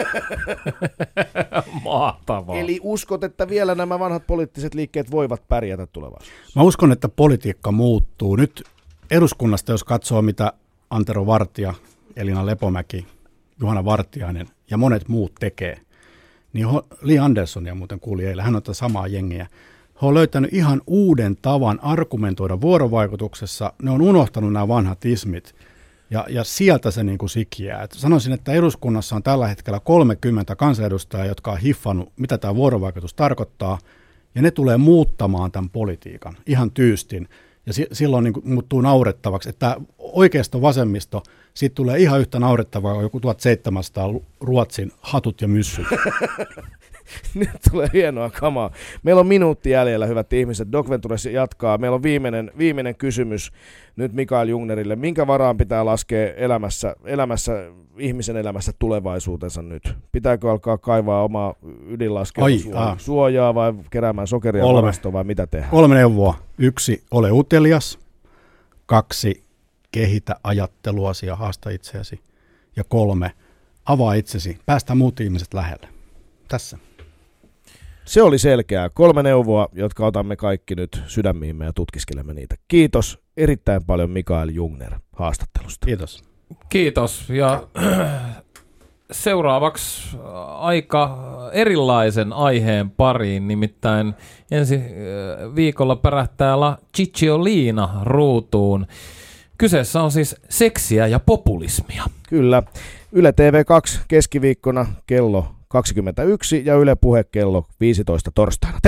Mahtavaa. Eli uskot, että vielä nämä vanhat poliittiset liikkeet voivat pärjätä tulevaisuudessa? Mä uskon, että politiikka muuttuu. Nyt eduskunnasta, jos katsoo mitä Antero Vartija, Elina Lepomäki, Juhana Vartiainen ja monet muut tekee, niin Li Anderssonia muuten kuuli eilen, hän on tätä samaa jengiä. He on löytänyt ihan uuden tavan argumentoida vuorovaikutuksessa, ne on unohtanut nämä vanhat ismit ja sieltä se niin kuin sikiää. Et sanoisin, että eduskunnassa on tällä hetkellä 30 kansanedustajaa, jotka on hiffannut, mitä tämä vuorovaikutus tarkoittaa, ja ne tulee muuttamaan tämän politiikan ihan tyystin. Ja silloin niin kuin muuttuu naurettavaksi, että oikeisto vasemmisto, siitä tulee ihan yhtä naurettavaa kuin joku 1700 Ruotsin hatut ja myssyt. Nyt tulee hienoa kamaa. Meillä on minuutti jäljellä, hyvät ihmiset. Doc Ventures jatkaa. Meillä on viimeinen kysymys nyt Mikael Jungnerille. Minkä varaan pitää laskea ihmisen elämässä tulevaisuutensa nyt? Pitääkö alkaa kaivaa omaa ydinlaskeutasuojaa vai keräämään sokeria varastoon vai mitä tehdään? 3 neuvoa. 1. Ole utelias. 2. Kehitä ajatteluasi ja haasta itseäsi. Ja 3. Avaa itsesi. Päästä muut ihmiset lähelle. Tässä. Se oli selkeää. 3 neuvoa, jotka otamme kaikki nyt sydämiimme ja tutkiskelemme niitä. Kiitos erittäin paljon Mikael Jungner haastattelusta. Kiitos. Kiitos. Ja seuraavaksi aika erilaisen aiheen pariin, nimittäin ensi viikolla pärähtää La Cicciolina ruutuun. Kyseessä on siis seksiä ja populismia. Kyllä. Yle TV2 keskiviikkona kello 21 ja Yle Puhe kello 15 torstaina.